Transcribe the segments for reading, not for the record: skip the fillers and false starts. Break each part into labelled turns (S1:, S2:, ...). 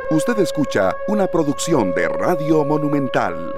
S1: Usted escucha una producción de Radio Monumental.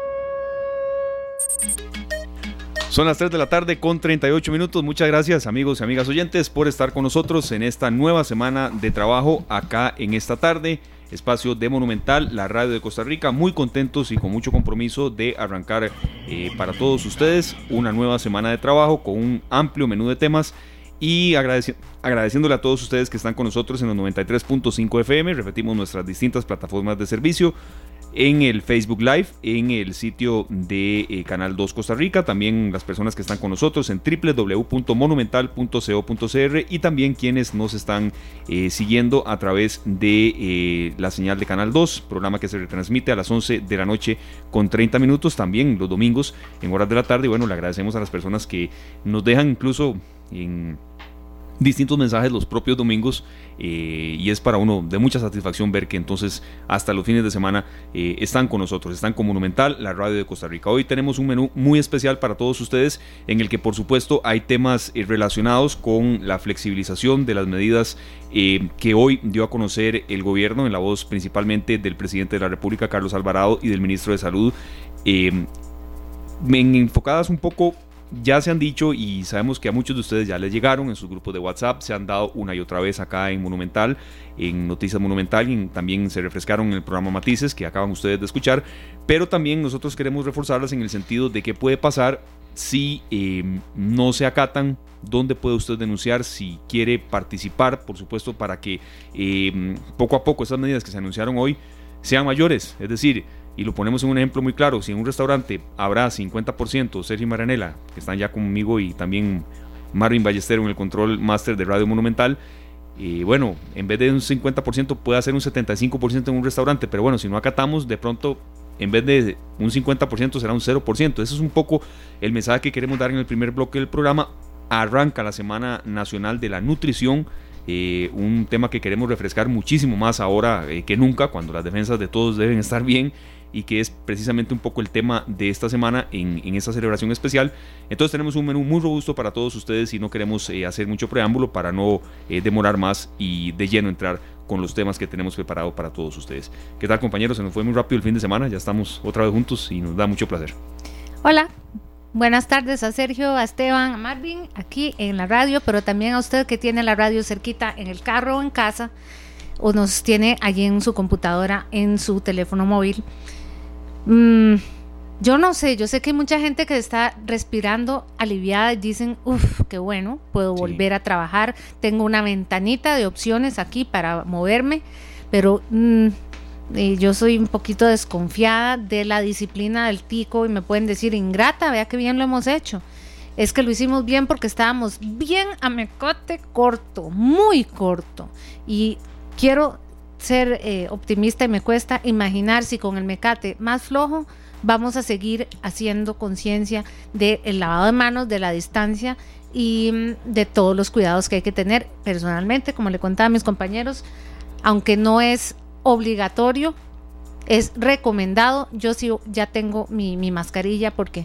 S2: Son las 3 de la tarde con 38 minutos. Muchas gracias, amigos y amigas oyentes, por estar con nosotros en esta nueva semana de trabajo acá en esta tarde. Espacio de Monumental, la radio de Costa Rica, muy contentos y con mucho compromiso de arrancar para todos ustedes una nueva semana de trabajo con un amplio menú de temas y agradeciéndole a todos ustedes que están con nosotros en los 93.5 FM. Repetimos nuestras distintas plataformas de servicio en el Facebook Live, en el sitio de Canal 2 Costa Rica, también las personas que están con nosotros en www.monumental.co.cr y también quienes nos están siguiendo a través de la señal de Canal 2, programa que se retransmite a las 11 de la noche con 30 minutos, también los domingos en horas de la tarde. Y bueno, le agradecemos a las personas que nos dejan incluso en distintos mensajes los propios domingos, y es para uno de mucha satisfacción ver que entonces hasta los fines de semana están con nosotros, están con Monumental, la radio de Costa Rica. Hoy tenemos un menú muy especial para todos ustedes en el que por supuesto hay temas relacionados con la flexibilización de las medidas que hoy dio a conocer el gobierno en la voz principalmente del presidente de la República, Carlos Alvarado, y del ministro de Salud, enfocadas un poco. Ya se han dicho y sabemos que a muchos de ustedes ya les llegaron en sus grupos de WhatsApp, se han dado una y otra vez acá en Monumental, en Noticias Monumental, y también se refrescaron en el programa Matices que acaban ustedes de escuchar, pero también nosotros queremos reforzarlas en el sentido de qué puede pasar si no se acatan, dónde puede usted denunciar, si quiere participar, por supuesto, para que poco a poco esas medidas que se anunciaron hoy sean mayores, es decir, y lo ponemos en un ejemplo muy claro, si en un restaurante habrá 50%, Sergio y Marianela, que están ya conmigo, y también Marvin Ballestero en el control máster de Radio Monumental, bueno, en vez de un 50% puede hacer un 75% en un restaurante, pero bueno, si no acatamos, de pronto, en vez de un 50% será un 0%. Eso es un poco el mensaje que queremos dar en el primer bloque del programa. Arranca la Semana Nacional de la Nutrición, un tema que queremos refrescar muchísimo más ahora que nunca, cuando las defensas de todos deben estar bien, y que es precisamente un poco el tema de esta semana en esta celebración especial. Entonces tenemos un menú muy robusto para todos ustedes y no queremos hacer mucho preámbulo para no demorar más y de lleno entrar con los temas que tenemos preparado para todos ustedes. ¿Qué tal, compañeros? Se nos fue muy rápido el fin de semana, ya estamos otra vez juntos y nos da mucho placer.
S3: Hola, buenas tardes a Sergio, a Esteban, a Marvin, aquí en la radio, pero también a usted que tiene la radio cerquita en el carro o en casa, o nos tiene allí en su computadora, en su teléfono móvil. Yo no sé, yo sé que hay mucha gente que está respirando aliviada y dicen, qué bueno, puedo volver a trabajar, tengo una ventanita de opciones aquí para moverme, pero yo soy un poquito desconfiada de la disciplina del tico y me pueden decir, ingrata, vea qué bien lo hemos hecho. Es que lo hicimos bien porque estábamos bien a mecote corto, muy corto, y quiero ser optimista y me cuesta imaginar si con el mecate más flojo vamos a seguir haciendo conciencia del lavado de manos, de la distancia y de todos los cuidados que hay que tener. Personalmente, como le contaba a mis compañeros, aunque no es obligatorio, es recomendado. Yo sí ya tengo mi mascarilla porque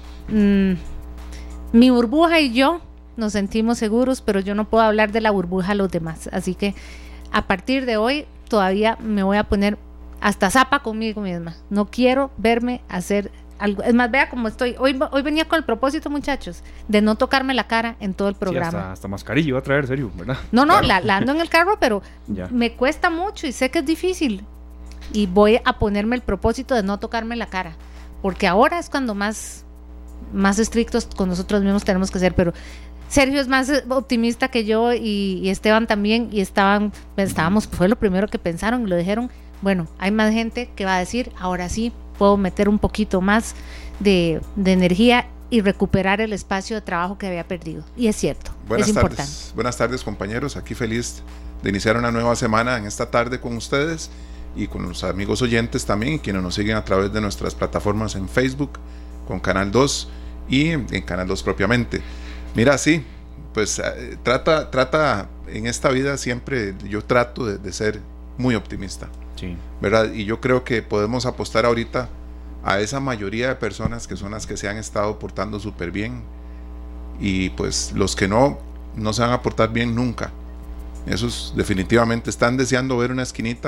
S3: mi burbuja y yo nos sentimos seguros, pero yo no puedo hablar de la burbuja a los demás, así que a partir de hoy todavía me voy a poner hasta zapa conmigo misma. No quiero verme hacer algo. Es más, vea cómo estoy. Hoy venía con el propósito, muchachos, de no tocarme la cara en todo el programa.
S2: Sí, hasta mascarilla iba a traer, serio, ¿verdad?
S3: No, claro. la ando en el carro, pero me cuesta mucho y sé que es difícil. Y voy a ponerme el propósito de no tocarme la cara, porque ahora es cuando más estrictos con nosotros mismos tenemos que ser. Pero Sergio es más optimista que yo y Esteban también, y estábamos, fue lo primero que pensaron y lo dijeron. Bueno, hay más gente que va a decir, ahora sí puedo meter un poquito más de energía y recuperar el espacio de trabajo que había perdido. Y es cierto, es importante.
S4: Buenas tardes, compañeros, aquí feliz de iniciar una nueva semana en esta tarde con ustedes y con los amigos oyentes también, quienes nos siguen a través de nuestras plataformas en Facebook, con Canal 2 y en Canal 2 propiamente. Mira, sí, pues trata en esta vida siempre, yo trato de ser muy optimista, ¿verdad? Y yo creo que podemos apostar ahorita a esa mayoría de personas que son las que se han estado portando súper bien, y pues los que no se van a portar bien nunca. Esos definitivamente están deseando ver una esquinita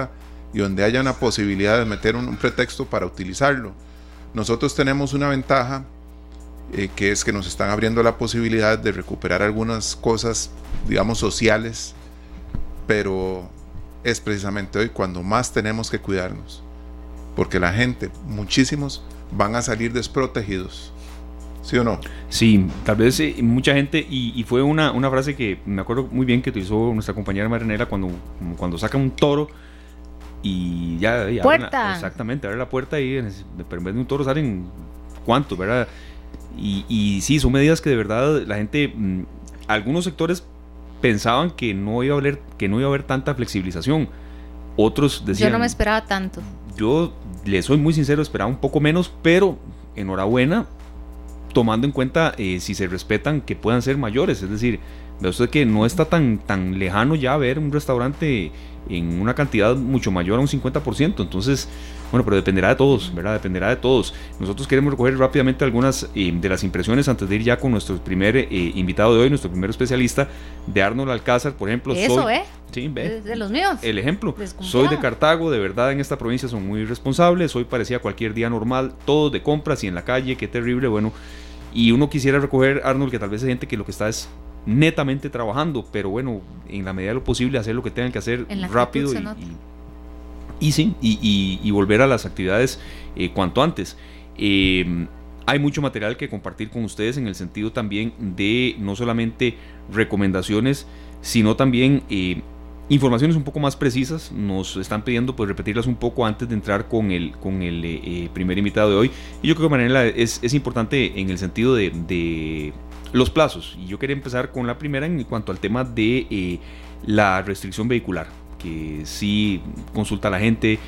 S4: y donde haya una posibilidad de meter un pretexto para utilizarlo. Nosotros tenemos una ventaja, que es que nos están abriendo la posibilidad de recuperar algunas cosas, digamos, sociales, pero es precisamente hoy cuando más tenemos que cuidarnos, porque la gente, muchísimos, van a salir desprotegidos. ¿Sí o no?
S2: Sí, tal vez mucha gente, y fue una frase que me acuerdo muy bien que utilizó nuestra compañera Marianela cuando saca un toro y ya
S3: puerta.
S2: Exactamente, abre la puerta y pero en vez de un toro salen cuántos, ¿verdad? Y sí, son medidas que de verdad la gente, algunos sectores pensaban que no iba a haber tanta flexibilización, otros decían...
S3: Yo no me esperaba tanto.
S2: Yo le soy muy sincero, esperaba un poco menos, pero enhorabuena, tomando en cuenta si se respetan que puedan ser mayores, es decir, ve usted que no está tan lejano ya ver un restaurante en una cantidad mucho mayor a un 50%, entonces, bueno, pero dependerá de todos, ¿verdad? Dependerá de todos. Nosotros queremos recoger rápidamente algunas de las impresiones antes de ir ya con nuestro primer invitado de hoy, nuestro primer especialista, de Arnold Alcázar, por ejemplo.
S3: Eso,
S2: Sí, ve.
S3: De los míos.
S2: El ejemplo. Soy de Cartago, de verdad en esta provincia son muy responsables, hoy parecía cualquier día normal, todos de compras y en la calle, qué terrible, bueno. Y uno quisiera recoger, Arnold, que tal vez hay gente que lo que está es netamente trabajando, pero bueno, en la medida de lo posible hacer lo que tengan que hacer rápido y volver a las actividades cuanto antes. Hay mucho material que compartir con ustedes en el sentido también de no solamente recomendaciones, sino también informaciones un poco más precisas. Nos están pidiendo pues repetirlas un poco antes de entrar con el primer invitado de hoy. Y yo creo que de manera es importante en el sentido de los plazos. Y yo quería empezar con la primera en cuanto al tema de la restricción vehicular, que sí consulta a la gente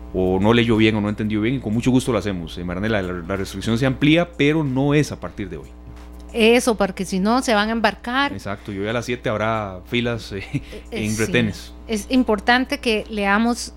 S2: o no leyó bien o no entendió bien, y con mucho gusto lo hacemos. Marianela, la restricción se amplía, pero no es a partir de hoy.
S3: Eso, porque si no se van a embarcar.
S2: Exacto, y hoy a las 7 habrá filas en retenes.
S3: Es importante que leamos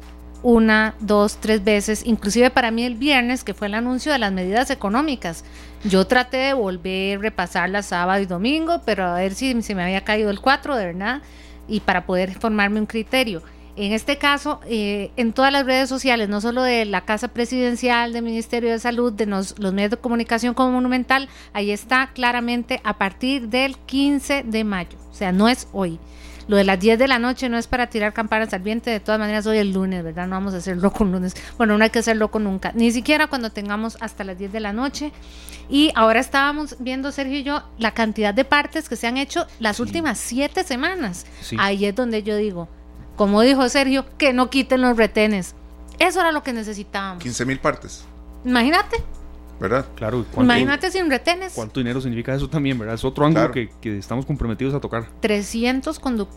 S3: 1, 2, 3 veces, inclusive para mí el viernes, que fue el anuncio de las medidas económicas. Yo traté de volver a repasarlas sábado y domingo, pero a ver si se me había caído el 4, de verdad, y para poder formarme un criterio. En este caso, en todas las redes sociales, no solo de la Casa Presidencial, del Ministerio de Salud, de los medios de comunicación como Monumental, ahí está claramente a partir del 15 de mayo, o sea, no es hoy. Lo de las 10 de la noche no es para tirar campanas al viento, de todas maneras hoy es lunes, ¿verdad? No vamos a hacer loco un lunes, bueno, no hay que hacer loco nunca, ni siquiera cuando tengamos hasta las 10 de la noche. Y ahora estábamos viendo, Sergio y yo, la cantidad de partes que se han hecho las últimas 7 semanas. Sí. Ahí es donde yo digo, como dijo Sergio, que no quiten los retenes. Eso era lo que necesitábamos.
S4: 15,000 partes.
S3: Imagínate.
S4: ¿Verdad?
S2: Claro.
S3: Imagínate sin retenes.
S2: ¿Cuánto dinero significa eso también, verdad? Es otro ángulo que estamos comprometidos a tocar. 300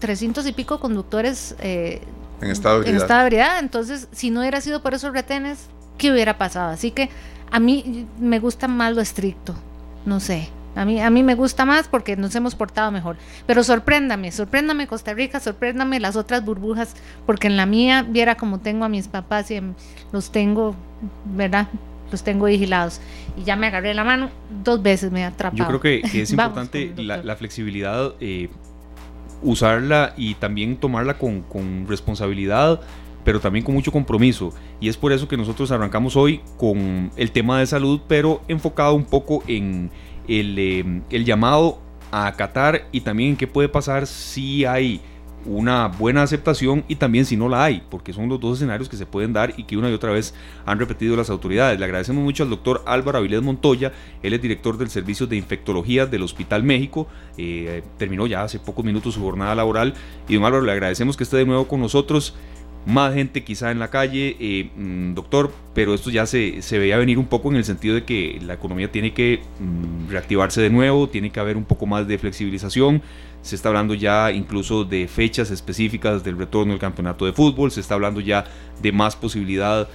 S3: y pico conductores
S4: en estado de
S3: ebriedad. Entonces, si no hubiera sido por esos retenes, ¿qué hubiera pasado? Así que a mí me gusta más lo estricto. No sé. A mí me gusta más porque nos hemos portado mejor. Pero sorpréndame Costa Rica, sorpréndame las otras burbujas, porque en la mía, viera como tengo a mis papás y los tengo, ¿verdad? Los tengo vigilados. Y ya me agarré la mano 2 veces, me he atrapado.
S2: Yo creo que es importante la flexibilidad, usarla y también tomarla con responsabilidad, pero también con mucho compromiso. Y es por eso que nosotros arrancamos hoy con el tema de salud, pero enfocado un poco en el llamado a acatar y también en qué puede pasar si hay una buena aceptación y también si no la hay, porque son los 2 escenarios que se pueden dar y que una y otra vez han repetido las autoridades. Le agradecemos mucho al doctor Álvaro Avilés Montoya, él es director del Servicio de Infectología del Hospital México, terminó ya hace pocos minutos su jornada laboral, y don Álvaro, le agradecemos que esté de nuevo con nosotros. Más gente quizá en la calle, doctor, pero esto ya se veía venir un poco en el sentido de que la economía tiene que reactivarse de nuevo, tiene que haber un poco más de flexibilización. Se está hablando ya incluso de fechas específicas del retorno del campeonato de fútbol, se está hablando ya de más posibilidad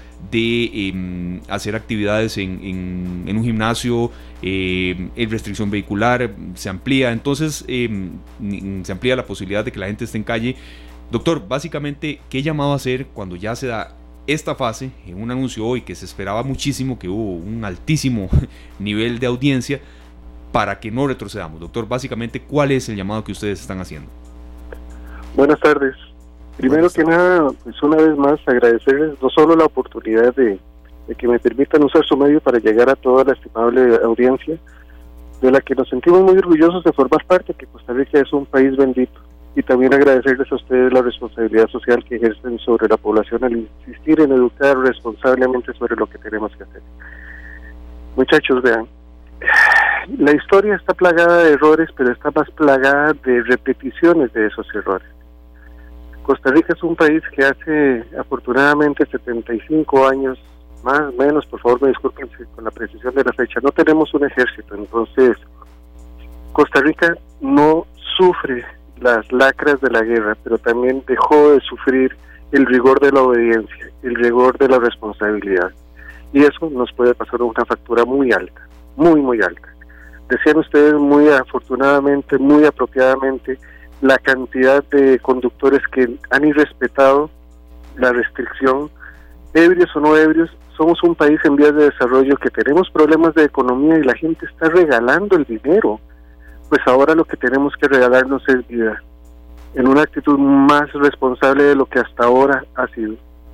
S2: de hacer actividades en un gimnasio, en restricción vehicular, se amplía, entonces se amplía la posibilidad de que la gente esté en calle. Doctor, básicamente, ¿qué llamado a hacer cuando ya se da esta fase? En un anuncio hoy que se esperaba muchísimo, que hubo un altísimo nivel de audiencia, para que no retrocedamos. Doctor, básicamente, ¿cuál es el llamado que ustedes están haciendo?
S5: Buenas tardes. Primero que nada, pues una vez más agradecerles no solo la oportunidad de que me permitan usar su medio para llegar a toda la estimable audiencia, de la que nos sentimos muy orgullosos de formar parte, que Costa Rica es un país bendito, y también agradecerles a ustedes la responsabilidad social que ejercen sobre la población al insistir en educar responsablemente sobre lo que tenemos que hacer. Muchachos, vean, la historia está plagada de errores, pero está más plagada de repeticiones de esos errores. Costa Rica es un país que hace afortunadamente 75 años, más o menos, por favor me disculpen con la precisión de la fecha, no tenemos un ejército, entonces Costa Rica no sufre las lacras de la guerra, pero también dejó de sufrir el rigor de la obediencia, el rigor de la responsabilidad, y eso nos puede pasar una factura muy alta, muy muy alta. Decían ustedes muy afortunadamente, muy apropiadamente, la cantidad de conductores que han irrespetado la restricción, ebrios o no ebrios. Somos un país en vías de desarrollo que tenemos problemas de economía y la gente está regalando el dinero. Pues ahora lo que tenemos que regalarnos es vida, en una actitud más responsable de lo que hasta ahora ha sido.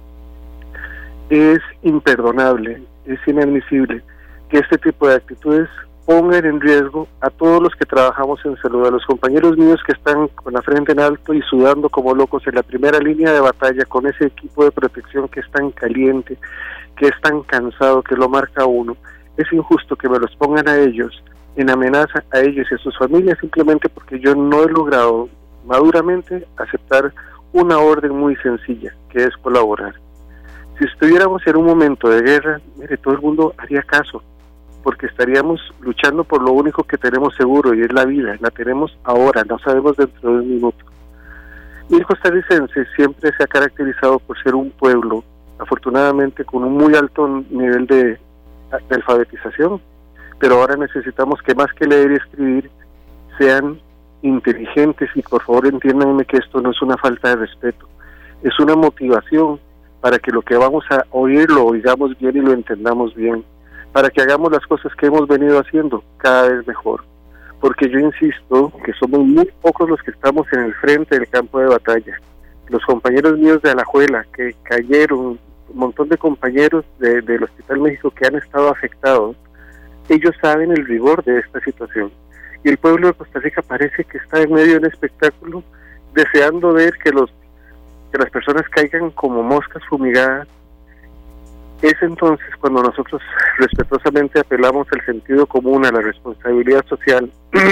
S5: Es imperdonable, es inadmisible que este tipo de actitudes pongan en riesgo a todos los que trabajamos en salud, a los compañeros míos que están con la frente en alto y sudando como locos en la primera línea de batalla con ese equipo de protección que es tan caliente, que es tan cansado, que lo marca uno. Es injusto que me los pongan a ellos en amenaza a ellos y a sus familias simplemente porque yo no he logrado maduramente aceptar una orden muy sencilla, que es colaborar. Si estuviéramos en un momento de guerra, mire, todo el mundo haría caso, porque estaríamos luchando por lo único que tenemos seguro, y es la vida. La tenemos ahora, no sabemos dentro de un minuto. Y el costarricense siempre se ha caracterizado por ser un pueblo, afortunadamente, con un muy alto nivel de alfabetización, pero ahora necesitamos que más que leer y escribir, sean inteligentes, y por favor entiéndanme que esto no es una falta de respeto, es una motivación para que lo que vamos a oír lo oigamos bien y lo entendamos bien, para que hagamos las cosas que hemos venido haciendo cada vez mejor, porque yo insisto que somos muy pocos los que estamos en el frente del campo de batalla. Los compañeros míos de Alajuela que cayeron, un montón de compañeros del Hospital México que han estado afectados, ellos saben el rigor de esta situación, y el pueblo de Costa Rica parece que está en medio de un espectáculo, deseando ver que las personas caigan como moscas fumigadas. Es entonces cuando nosotros respetuosamente apelamos al sentido común, a la responsabilidad social,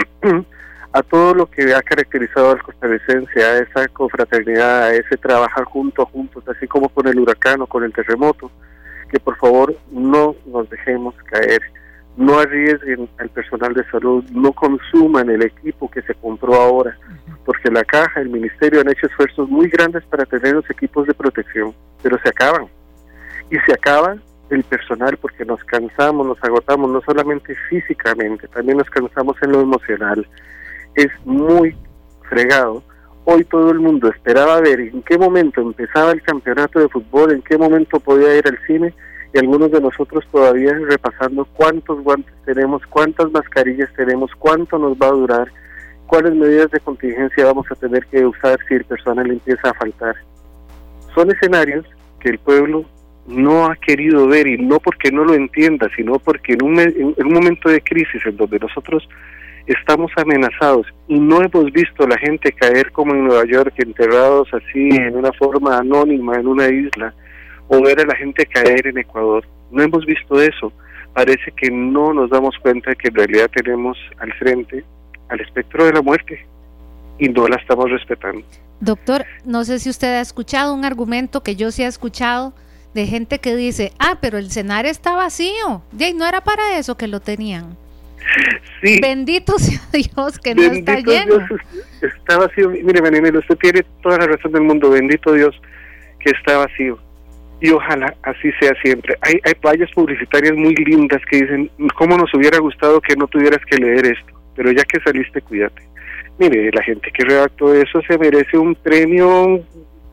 S5: a todo lo que ha caracterizado al costarricense, a esa confraternidad, a ese trabajar juntos, así como con el huracán o con el terremoto, que por favor no nos dejemos caer, no arriesguen al personal de salud, no consuman el equipo que se compró ahora, porque la Caja, el Ministerio han hecho esfuerzos muy grandes para tener los equipos de protección, pero se acaban. Y se acaba el personal porque nos cansamos, nos agotamos, no solamente físicamente, también nos cansamos en lo emocional. Es muy fregado. Hoy todo el mundo esperaba ver en qué momento empezaba el campeonato de fútbol, en qué momento podía ir al cine, y algunos de nosotros todavía repasando cuántos guantes tenemos, cuántas mascarillas tenemos, cuánto nos va a durar, cuáles medidas de contingencia vamos a tener que usar si el personal empieza a faltar. Son escenarios que el pueblo no ha querido ver, y no porque no lo entienda, sino porque en un momento de crisis en donde nosotros estamos amenazados y no hemos visto a la gente caer como en Nueva York, enterrados así en una forma anónima en una isla, o ver a la gente caer en Ecuador. No hemos visto eso. Parece que no nos damos cuenta de que en realidad tenemos al frente al espectro de la muerte y no la estamos respetando.
S3: Doctor, no sé si usted ha escuchado un argumento que yo sí he escuchado de gente que dice, pero el Cenar está vacío, y no era para eso que lo tenían. Sí. Bendito sea Dios que no está lleno.
S5: Dios, está vacío. Mire, Maninela, usted tiene toda la razón del mundo. Bendito Dios que está vacío. Y ojalá así sea siempre. Hay vallas publicitarias muy lindas que dicen, ¿cómo nos hubiera gustado que no tuvieras que leer esto? Pero ya que saliste, cuídate. Mire, la gente que redactó eso se merece un premio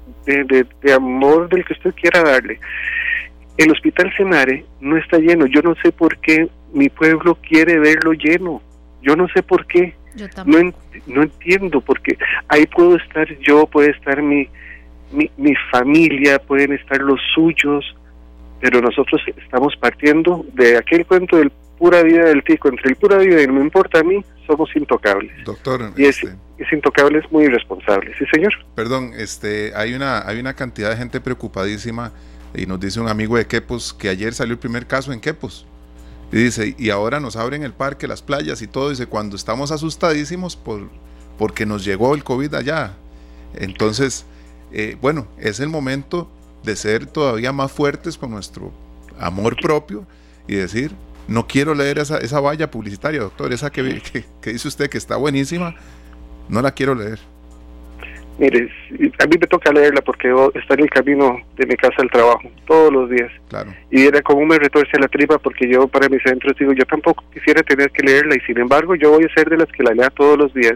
S5: de amor del que usted quiera darle. El Hospital Senare no está lleno. Yo no sé por qué mi pueblo quiere verlo lleno. Yo no sé por qué.
S3: Yo también.
S5: No entiendo por qué. Ahí puedo estar yo, puede estar mi mi familia, pueden estar los suyos, pero nosotros estamos partiendo de aquel cuento del pura vida del tico, entre el pura vida y no me importa a mí, somos intocables.
S4: Doctor,
S5: y es intocable, es muy irresponsable. Sí, señor.
S4: Perdón, hay una cantidad de gente preocupadísima, y nos dice un amigo de Quepos que ayer salió el primer caso en Quepos, y dice, y ahora nos abren el parque, las playas y todo, dice, cuando estamos asustadísimos porque nos llegó el COVID allá. Entonces, bueno, es el momento de ser todavía más fuertes con nuestro amor propio y decir, no quiero leer esa valla publicitaria, doctor, esa que dice usted que está buenísima, no la quiero leer.
S5: Mire, a mí me toca leerla porque está en el camino de mi casa al trabajo, todos los días.
S4: Claro.
S5: Y era como me retuerce la tripa porque yo para mis centros digo, yo tampoco quisiera tener que leerla y sin embargo yo voy a ser de las que la lea todos los días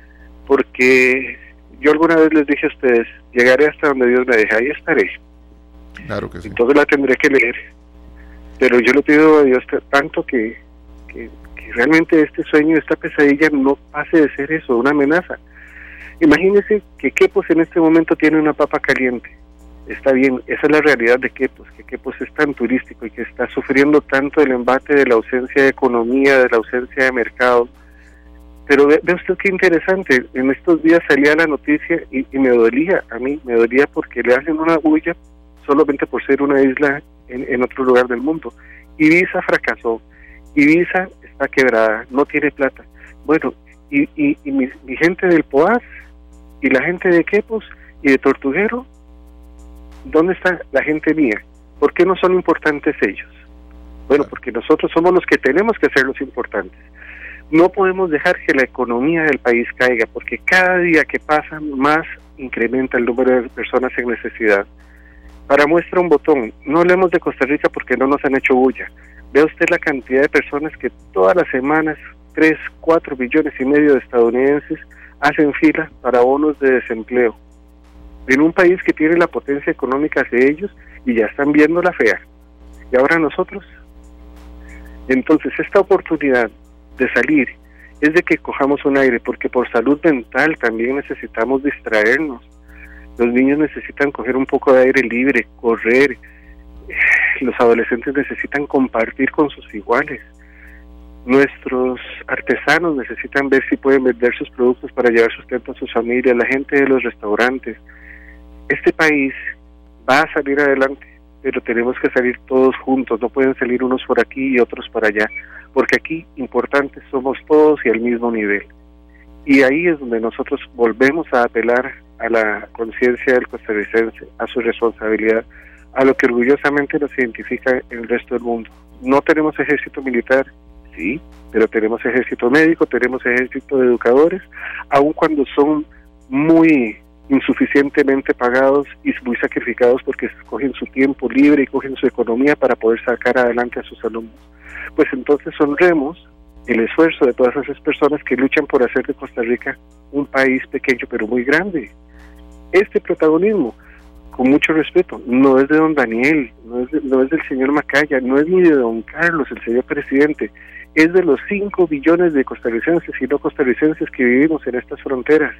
S5: porque yo alguna vez les dije a ustedes, llegaré hasta donde Dios me deje, ahí estaré.
S4: Claro que sí.
S5: Entonces la tendré que leer. Pero yo le pido a Dios tanto que realmente este sueño, esta pesadilla no pase de ser eso, una amenaza. Imagínese que Quepos en este momento tiene una papa caliente. Está bien, esa es la realidad de Quepos, que Quepos es tan turístico y que está sufriendo tanto el embate de la ausencia de economía, de la ausencia de mercado. Pero ve usted qué interesante, en estos días salía la noticia y me dolía, a mí me dolía porque le hacen una bulla solamente por ser una isla en otro lugar del mundo. Ibiza fracasó, Ibiza está quebrada, no tiene plata. Bueno, y mi gente del Poás y la gente de Quepos y de Tortuguero, ¿dónde está la gente mía? ¿Por qué no son importantes ellos? Bueno, porque nosotros somos los que tenemos que ser los importantes. No podemos dejar que la economía del país caiga, porque cada día que pasa más incrementa el número de personas en necesidad. Para muestra un botón, no hablemos de Costa Rica porque no nos han hecho bulla. Vea usted la cantidad de personas que todas las semanas, 3, 4 billones y medio de estadounidenses hacen fila para bonos de desempleo. En un país que tiene la potencia económica de ellos y ya están viendo la fea. ¿Y ahora nosotros? Entonces esta oportunidad de salir es de que cojamos un aire, porque por salud mental también necesitamos distraernos. Los niños necesitan coger un poco de aire libre, correr. Los adolescentes necesitan compartir con sus iguales. Nuestros artesanos necesitan ver si pueden vender sus productos para llevar sustento a sus familias. La gente de los restaurantes. Este país va a salir adelante, pero tenemos que salir todos juntos. No pueden salir unos por aquí y otros por allá, porque aquí importantes somos todos y al mismo nivel. Y ahí es donde nosotros volvemos a apelar a la conciencia del costarricense, a su responsabilidad, a lo que orgullosamente nos identifica en el resto del mundo. No tenemos ejército militar, sí, pero tenemos ejército médico, tenemos ejército de educadores, aun cuando son muy insuficientemente pagados y muy sacrificados porque cogen su tiempo libre y cogen su economía para poder sacar adelante a sus alumnos. Pues entonces honremos el esfuerzo de todas esas personas que luchan por hacer de Costa Rica un país pequeño pero muy grande. Este protagonismo, con mucho respeto, no es de don Daniel, no es del señor Macaya, no es ni de don Carlos, el señor presidente, es de los 5 billones de costarricenses y no costarricenses que vivimos en estas fronteras.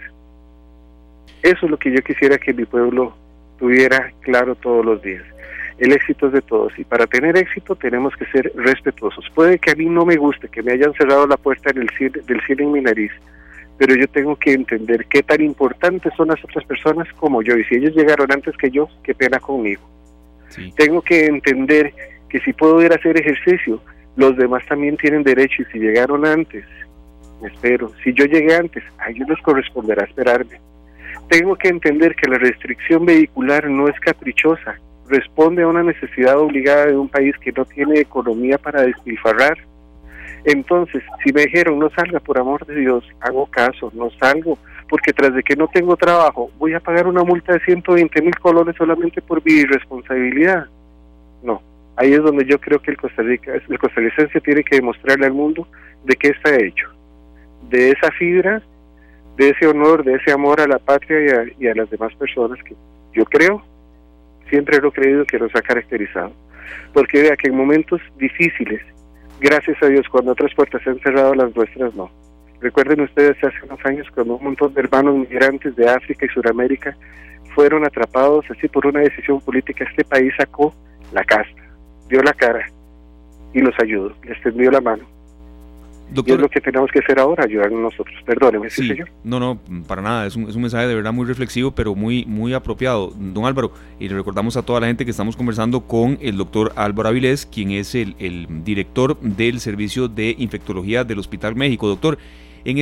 S5: Eso es lo que yo quisiera que mi pueblo tuviera claro todos los días. El éxito es de todos y para tener éxito tenemos que ser respetuosos. Puede que a mí no me guste que me hayan cerrado la puerta del cine en mi nariz, pero yo tengo que entender qué tan importantes son las otras personas como yo, y si ellos llegaron antes que yo, qué pena conmigo. Sí. Tengo que entender que si puedo ir a hacer ejercicio, los demás también tienen derecho, y si llegaron antes, me espero. Si yo llegué antes, a ellos les corresponderá esperarme. Tengo que entender que la restricción vehicular no es caprichosa, responde a una necesidad obligada de un país que no tiene economía para despilfarrar. Entonces, si me dijeron no salga, por amor de Dios, hago caso, no salgo, porque tras de que no tengo trabajo, voy a pagar una multa de 120,000 colones solamente por mi irresponsabilidad. No, ahí es donde yo creo que el costarricense tiene que demostrarle al mundo de qué está hecho, de esa fibra, de ese honor, de ese amor a la patria y a las demás personas que yo creo, siempre lo he creído que nos ha caracterizado. Porque vea que en momentos difíciles, gracias a Dios, cuando otras puertas se han cerrado, las nuestras no. Recuerden ustedes hace unos años cuando un montón de hermanos migrantes de África y Sudamérica fueron atrapados así por una decisión política. Este país sacó la casta, dio la cara y los ayudó, les tendió la mano. Doctor, y es lo que tenemos que hacer ahora, ayudarnos nosotros. Perdóneme,
S2: sí,
S5: señor.
S2: No, para nada, es un mensaje de verdad muy reflexivo, pero muy apropiado. Don Álvaro, y le recordamos a toda la gente que estamos conversando con el doctor Álvaro Avilés, quien es el director del Servicio de Infectología del Hospital México. Doctor, en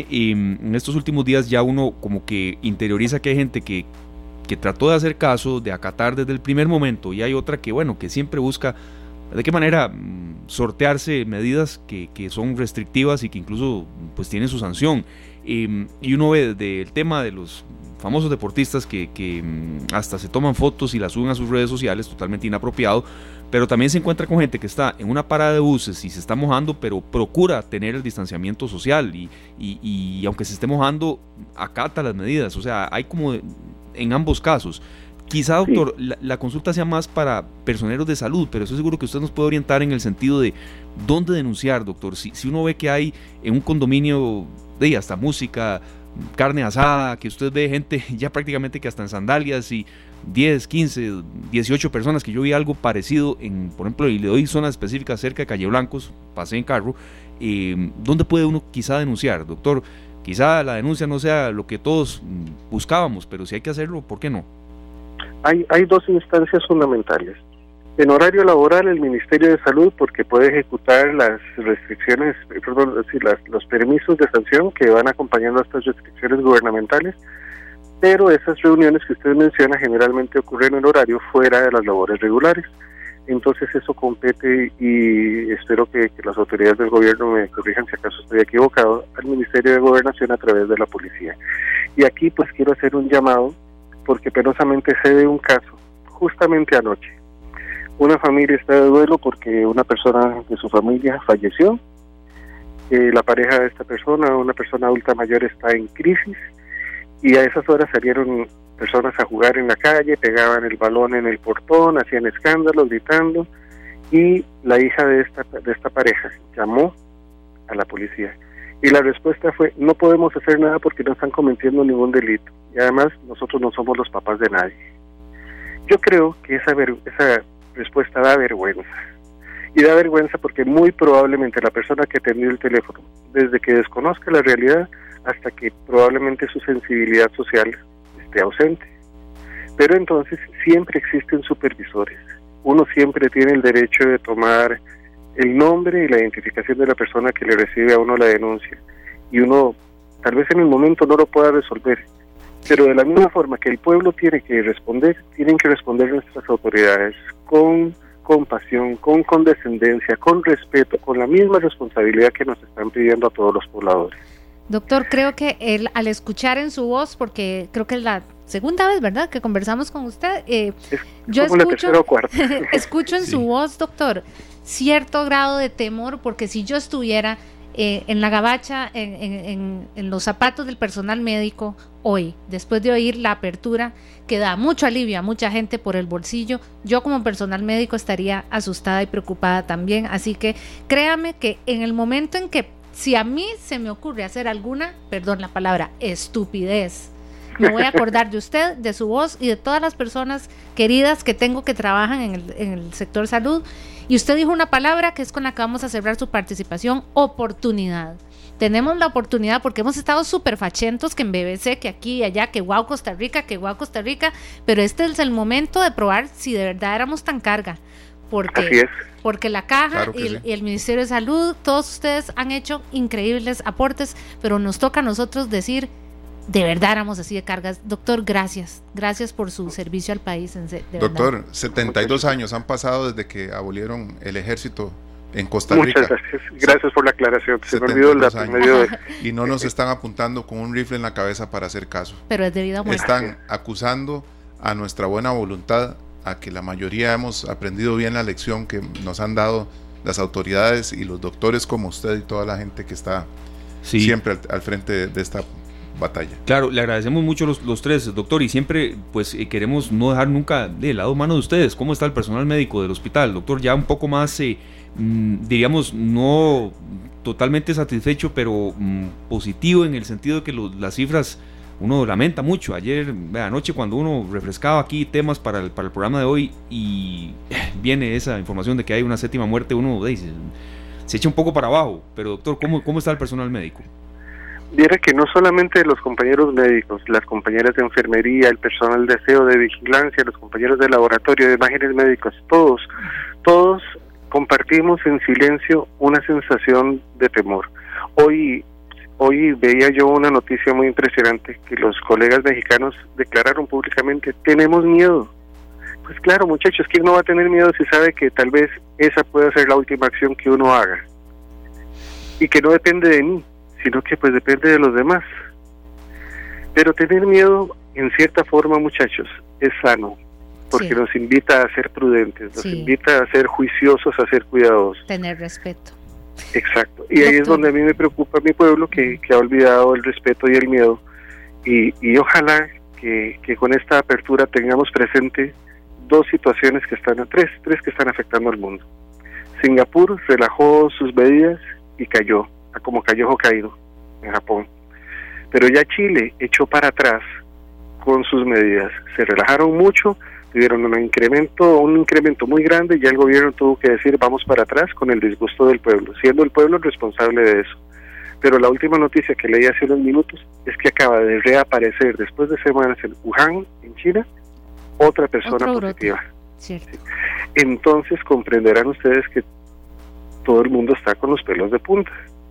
S2: estos últimos días ya uno como que interioriza que hay gente que trató de hacer caso, de acatar desde el primer momento, y hay otra que, bueno, que siempre busca de qué manera sortearse medidas que son restrictivas y que incluso pues tienen su sanción. Y uno ve desde el tema de los famosos deportistas que hasta se toman fotos y las suben a sus redes sociales, totalmente inapropiado, pero también se encuentra con gente que está en una parada de buses y se está mojando, pero procura tener el distanciamiento social y aunque se esté mojando, acata las medidas. O sea, hay como en ambos casos. Quizá, doctor, sí, la consulta sea más para personeros de salud, pero estoy seguro que usted nos puede orientar en el sentido de dónde denunciar, doctor. Si uno ve que hay en un condominio de hasta música, carne asada, que usted ve gente ya prácticamente que hasta en sandalias y 10, 15, 18 personas, que yo vi algo parecido por ejemplo, y le doy zonas específicas cerca de Calle Blancos, pasé en carro, ¿dónde puede uno quizá denunciar, doctor? Quizá la denuncia no sea lo que todos buscábamos, pero si hay que hacerlo, ¿por qué no?
S5: Hay dos instancias fundamentales. En horario laboral, el Ministerio de Salud, porque puede ejecutar las restricciones, los permisos de sanción que van acompañando a estas restricciones gubernamentales, pero esas reuniones que usted menciona generalmente ocurren en horario fuera de las labores regulares. Entonces eso compete, y espero que las autoridades del gobierno me corrijan si acaso estoy equivocado, al Ministerio de Gobernación a través de la policía. Y aquí pues quiero hacer un llamado, porque penosamente se ve un caso, justamente anoche. Una familia está de duelo porque una persona de su familia falleció. La pareja de esta persona, una persona adulta mayor, está en crisis, y a esas horas salieron personas a jugar en la calle, pegaban el balón en el portón, hacían escándalos, gritando, y la hija de esta pareja llamó a la policía. Y la respuesta fue: no podemos hacer nada porque no están cometiendo ningún delito. Y además, nosotros no somos los papás de nadie. Yo creo que esa respuesta da vergüenza. Y da vergüenza porque muy probablemente la persona que atendió el teléfono, desde que desconozca la realidad hasta que probablemente su sensibilidad social esté ausente. Pero entonces siempre existen supervisores. Uno siempre tiene el derecho de tomar el nombre y la identificación de la persona que le recibe a uno la denuncia, y uno tal vez en el momento no lo pueda resolver, pero de la misma forma que el pueblo tiene que responder, tienen que responder nuestras autoridades con compasión, con condescendencia, con respeto, con la misma responsabilidad que nos están pidiendo a todos los pobladores.
S3: Doctor, creo que al escuchar en su voz, porque creo que es la segunda vez, ¿verdad?, que conversamos con usted, yo escucho en su voz, doctor, cierto grado de temor, porque si yo estuviera en la gabacha, en los zapatos del personal médico hoy, después de oír la apertura que da mucho alivio a mucha gente por el bolsillo, yo como personal médico estaría asustada y preocupada también. Así que créame que en el momento en que, si a mí se me ocurre hacer alguna, perdón la palabra, estupidez, me voy a acordar de usted, de su voz y de todas las personas queridas que tengo que trabajan en el sector salud. Y usted dijo una palabra que es con la que vamos a cerrar su participación: oportunidad. Tenemos la oportunidad porque hemos estado súper fachentos, que en BBC, que aquí y allá, que guau Costa Rica, pero este es el momento de probar si de verdad éramos tan carga. Porque la Caja, claro, y el Ministerio de Salud, todos ustedes han hecho increíbles aportes, pero nos toca a nosotros decir: de verdad éramos así de cargas. Doctor, gracias por su servicio al país.
S4: Doctor, verdad. 72 años han pasado desde que abolieron el ejército en Costa Rica.
S5: Muchas gracias por la aclaración. Se me olvidó el dato medio de...
S4: Y no nos están apuntando con un rifle en la cabeza para hacer caso.
S3: Pero es debido a muerte.
S4: Están acusando a nuestra buena voluntad, a que la mayoría hemos aprendido bien la lección que nos han dado las autoridades y los doctores como usted y toda la gente que está siempre al frente de esta batalla. Claro,
S2: le agradecemos mucho los tres, doctor, y siempre pues queremos no dejar nunca del lado humano de ustedes. ¿Cómo está el personal médico del hospital, doctor? Ya un poco más, diríamos, no totalmente satisfecho, pero positivo en el sentido de que las cifras uno lamenta mucho. Ayer, anoche, cuando uno refrescaba aquí temas para el programa de hoy y viene esa información de que hay una 7ª muerte, uno dice, se echa un poco para abajo. Pero doctor, ¿cómo está el personal médico?
S5: Viera que no solamente los compañeros médicos, las compañeras de enfermería, el personal de aseo, de vigilancia, los compañeros de laboratorio, de imágenes médicas, todos compartimos en silencio una sensación de temor. Hoy veía yo una noticia muy impresionante, que los colegas mexicanos declararon públicamente: tenemos miedo. Pues claro, muchachos, ¿quién no va a tener miedo si sabe que tal vez esa puede ser la última acción que uno haga? Y que no depende de mí, sino que pues depende de los demás. Pero tener miedo, en cierta forma, muchachos, es sano, porque nos invita a ser prudentes, nos invita a ser juiciosos, a ser cuidadosos.
S3: Tener respeto.
S5: Exacto, y ahí es donde a mí me preocupa mi pueblo, que ha olvidado el respeto y el miedo, y ojalá que con esta apertura tengamos presente dos situaciones que están, tres que están afectando al mundo. Singapur relajó sus medidas y cayó, como cayó Hokkaido en Japón, pero ya Chile echó para atrás con sus medidas, se relajaron mucho, tuvieron un incremento muy grande, y ya el gobierno tuvo que decir vamos para atrás, con el disgusto del pueblo, siendo el pueblo el responsable de eso. Pero la última noticia que leí hace unos minutos es que acaba de reaparecer después de semanas en Wuhan, en China, otra persona positiva.
S3: Cierto.
S5: Entonces comprenderán ustedes que todo el mundo está con los pelos de punta.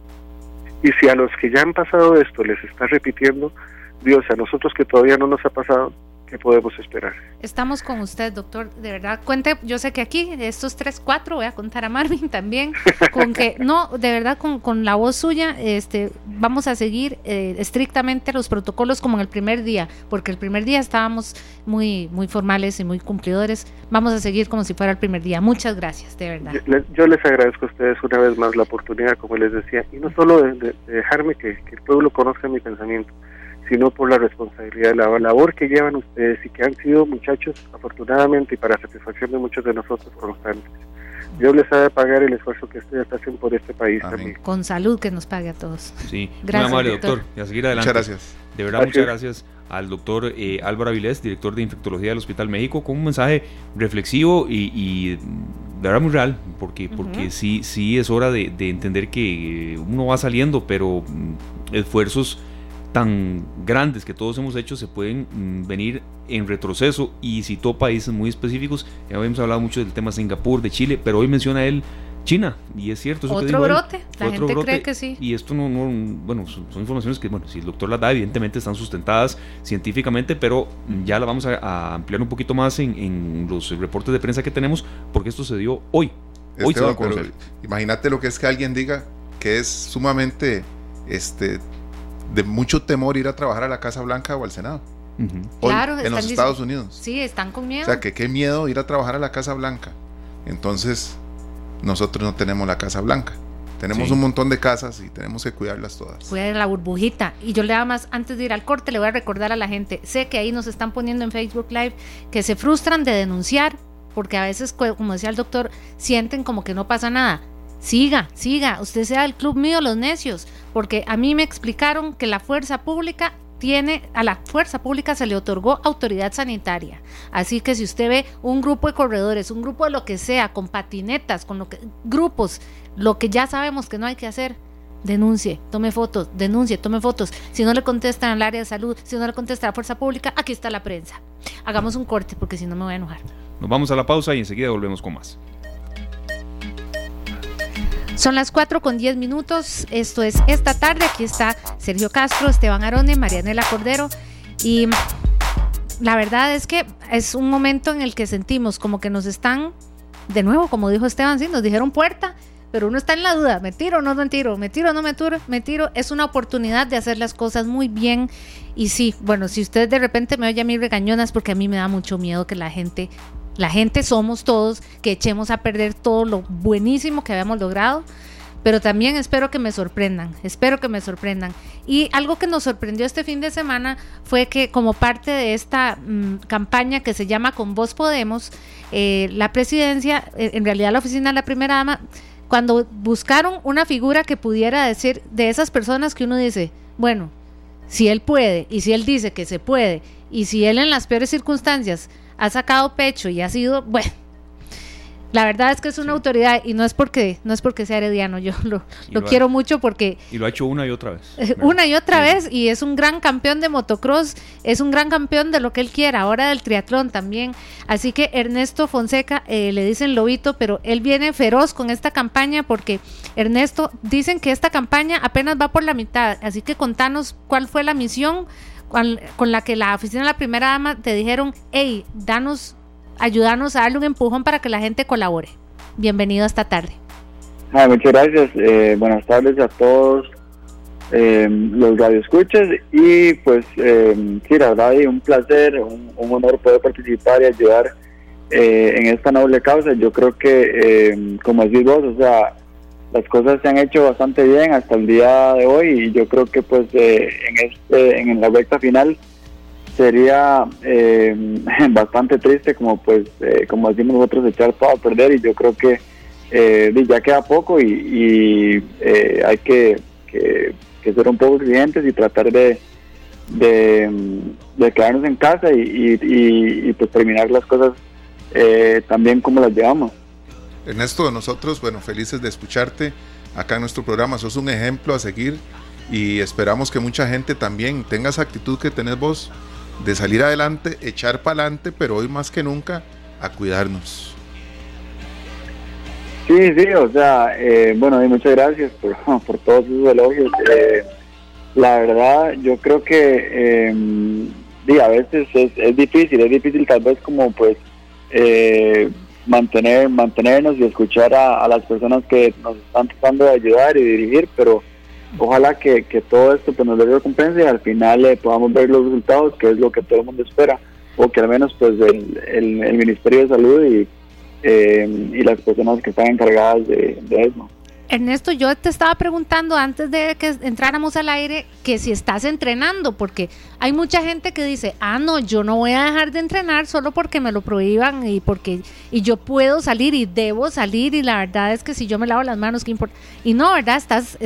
S5: Y si a los que ya han pasado esto les está repitiendo, Dios, a nosotros que todavía no nos ha pasado, ¿qué podemos esperar?
S3: Estamos con usted, doctor, de verdad, cuente, yo sé que aquí, de estos 3-4, voy a contar a Marvin también, con que, no, de verdad, con la voz suya, vamos a seguir estrictamente los protocolos como en el primer día, porque el primer día estábamos muy formales y muy cumplidores, vamos a seguir como si fuera el primer día. Muchas gracias, de verdad.
S5: Yo les agradezco a ustedes una vez más la oportunidad, como les decía, y no solo de dejarme que el pueblo conozca mi pensamiento, sino por la responsabilidad, la labor que llevan ustedes y que han sido, muchachos, afortunadamente y para satisfacción de muchos de nosotros, constantes. Dios les ha de pagar el esfuerzo que ustedes hacen por este país. Amén. También.
S3: Con salud, que nos pague a todos.
S2: Sí,
S3: gracias,
S2: muy amable, doctor. Y a seguir adelante.
S4: Muchas gracias.
S2: De verdad, muchas gracias al doctor Álvaro Avilés, director de Infectología del Hospital México, con un mensaje reflexivo y de verdad muy real, porque sí es hora de entender que uno va saliendo, pero esfuerzos tan grandes que todos hemos hecho se pueden venir en retroceso, y citó países muy específicos. Ya habíamos hablado mucho del tema Singapur, de Chile, pero hoy menciona él China, y es cierto eso.
S3: Otro brote, la gente cree que sí.
S2: Y esto no bueno, son informaciones que, bueno, si el doctor las da, evidentemente están sustentadas científicamente, pero ya las vamos a ampliar un poquito más en los reportes de prensa que tenemos, porque esto se dio hoy. Hoy se va a conocer.
S4: Imagínate lo que es que alguien diga que es sumamente de mucho temor ir a trabajar a la Casa Blanca o al Senado. Hoy,
S3: claro,
S4: en los Estados Unidos.
S3: Sí, están con miedo.
S4: O sea, que qué miedo ir a trabajar a la Casa Blanca. Entonces, nosotros no tenemos la Casa Blanca. Tenemos un montón de casas y tenemos que cuidarlas todas.
S3: Cuidar la burbujita. Y yo le hago más, antes de ir al corte, le voy a recordar a la gente, sé que ahí nos están poniendo en Facebook Live, que se frustran de denunciar, porque a veces, como decía el doctor, sienten como que no pasa nada. Siga, usted sea del club mío, los necios, porque a mí me explicaron que a la fuerza pública se le otorgó autoridad sanitaria, así que si usted ve un grupo de corredores, un grupo de lo que sea, con patinetas, grupos, lo que ya sabemos que no hay que hacer, denuncie, tome fotos, si no le contestan al área de salud, si no le contesta a la fuerza pública, aquí está la prensa. Hagamos un corte, porque si no me voy a enojar.
S2: Nos vamos a la pausa y enseguida volvemos con más.
S3: Son las 4:10. Esto es Esta Tarde. Aquí está Sergio Castro, Esteban Arone, Marianela Cordero. Y la verdad es que es un momento en el que sentimos como que nos están, de nuevo, como dijo Esteban, sí, nos dijeron puerta, pero uno está en la duda, ¿me tiro o no me tiro? ¿Me tiro o no me tiro? Es una oportunidad de hacer las cosas muy bien. Y sí, bueno, si usted de repente me oye a mí regañonas, porque a mí me da mucho miedo que la gente somos todos, que echemos a perder todo lo buenísimo que habíamos logrado, pero también espero que me sorprendan. Y algo que nos sorprendió este fin de semana fue que, como parte de esta campaña que se llama Con Vos Podemos, la presidencia, en realidad la oficina de la primera dama, cuando buscaron una figura que pudiera decir, de esas personas que uno dice, bueno, si él puede, y si él dice que se puede, y si él en las peores circunstancias ha sacado pecho y ha sido, bueno, la verdad es que es una autoridad, y no es porque sea herediano, yo lo quiero mucho porque...
S2: Y lo ha hecho una y otra vez.
S3: Una y otra vez, y es un gran campeón de motocross, es un gran campeón de lo que él quiera, ahora del triatlón también. Así que Ernesto Fonseca, le dicen Lobito, pero él viene feroz con esta campaña porque, Ernesto, dicen que esta campaña apenas va por la mitad, así que contanos cuál fue la misión con la que la oficina de la primera dama te dijeron, hey, ayudarnos a darle un empujón para que la gente colabore. Bienvenido esta tarde.
S6: Muchas gracias. Buenas tardes a todos los radioescuchas, y pues sí, la verdad, un placer, un honor poder participar y ayudar en esta noble causa. Yo creo que, como decís vos, o sea, las cosas se han hecho bastante bien hasta el día de hoy, y yo creo que pues en la recta final sería bastante triste, como decimos nosotros, echar todo a perder, y yo creo que ya queda poco, y hay que ser un poco exigentes y tratar de quedarnos en casa y pues terminar las cosas también como las llevamos.
S4: Ernesto, nosotros, felices de escucharte acá en nuestro programa. Sos un ejemplo a seguir, y esperamos que mucha gente también tenga esa actitud que tenés vos, de salir adelante, echar para adelante, pero hoy más que nunca a cuidarnos.
S6: Sí, o sea, y muchas gracias por todos esos elogios. La verdad, yo creo que a veces es difícil tal vez como pues mantenernos y escuchar a las personas que nos están tratando de ayudar y dirigir, pero ojalá que todo esto pues nos dé recompensa, y al final podamos ver los resultados, que es lo que todo el mundo espera, o que al menos pues el Ministerio de Salud y las personas que están encargadas de eso.
S3: Ernesto, yo te estaba preguntando antes de que entráramos al aire que si estás entrenando, porque hay mucha gente que dice, no, yo no voy a dejar de entrenar solo porque me lo prohíban y yo puedo salir y debo salir, y la verdad es que si yo me lavo las manos, ¿qué importa? Y no, ¿verdad?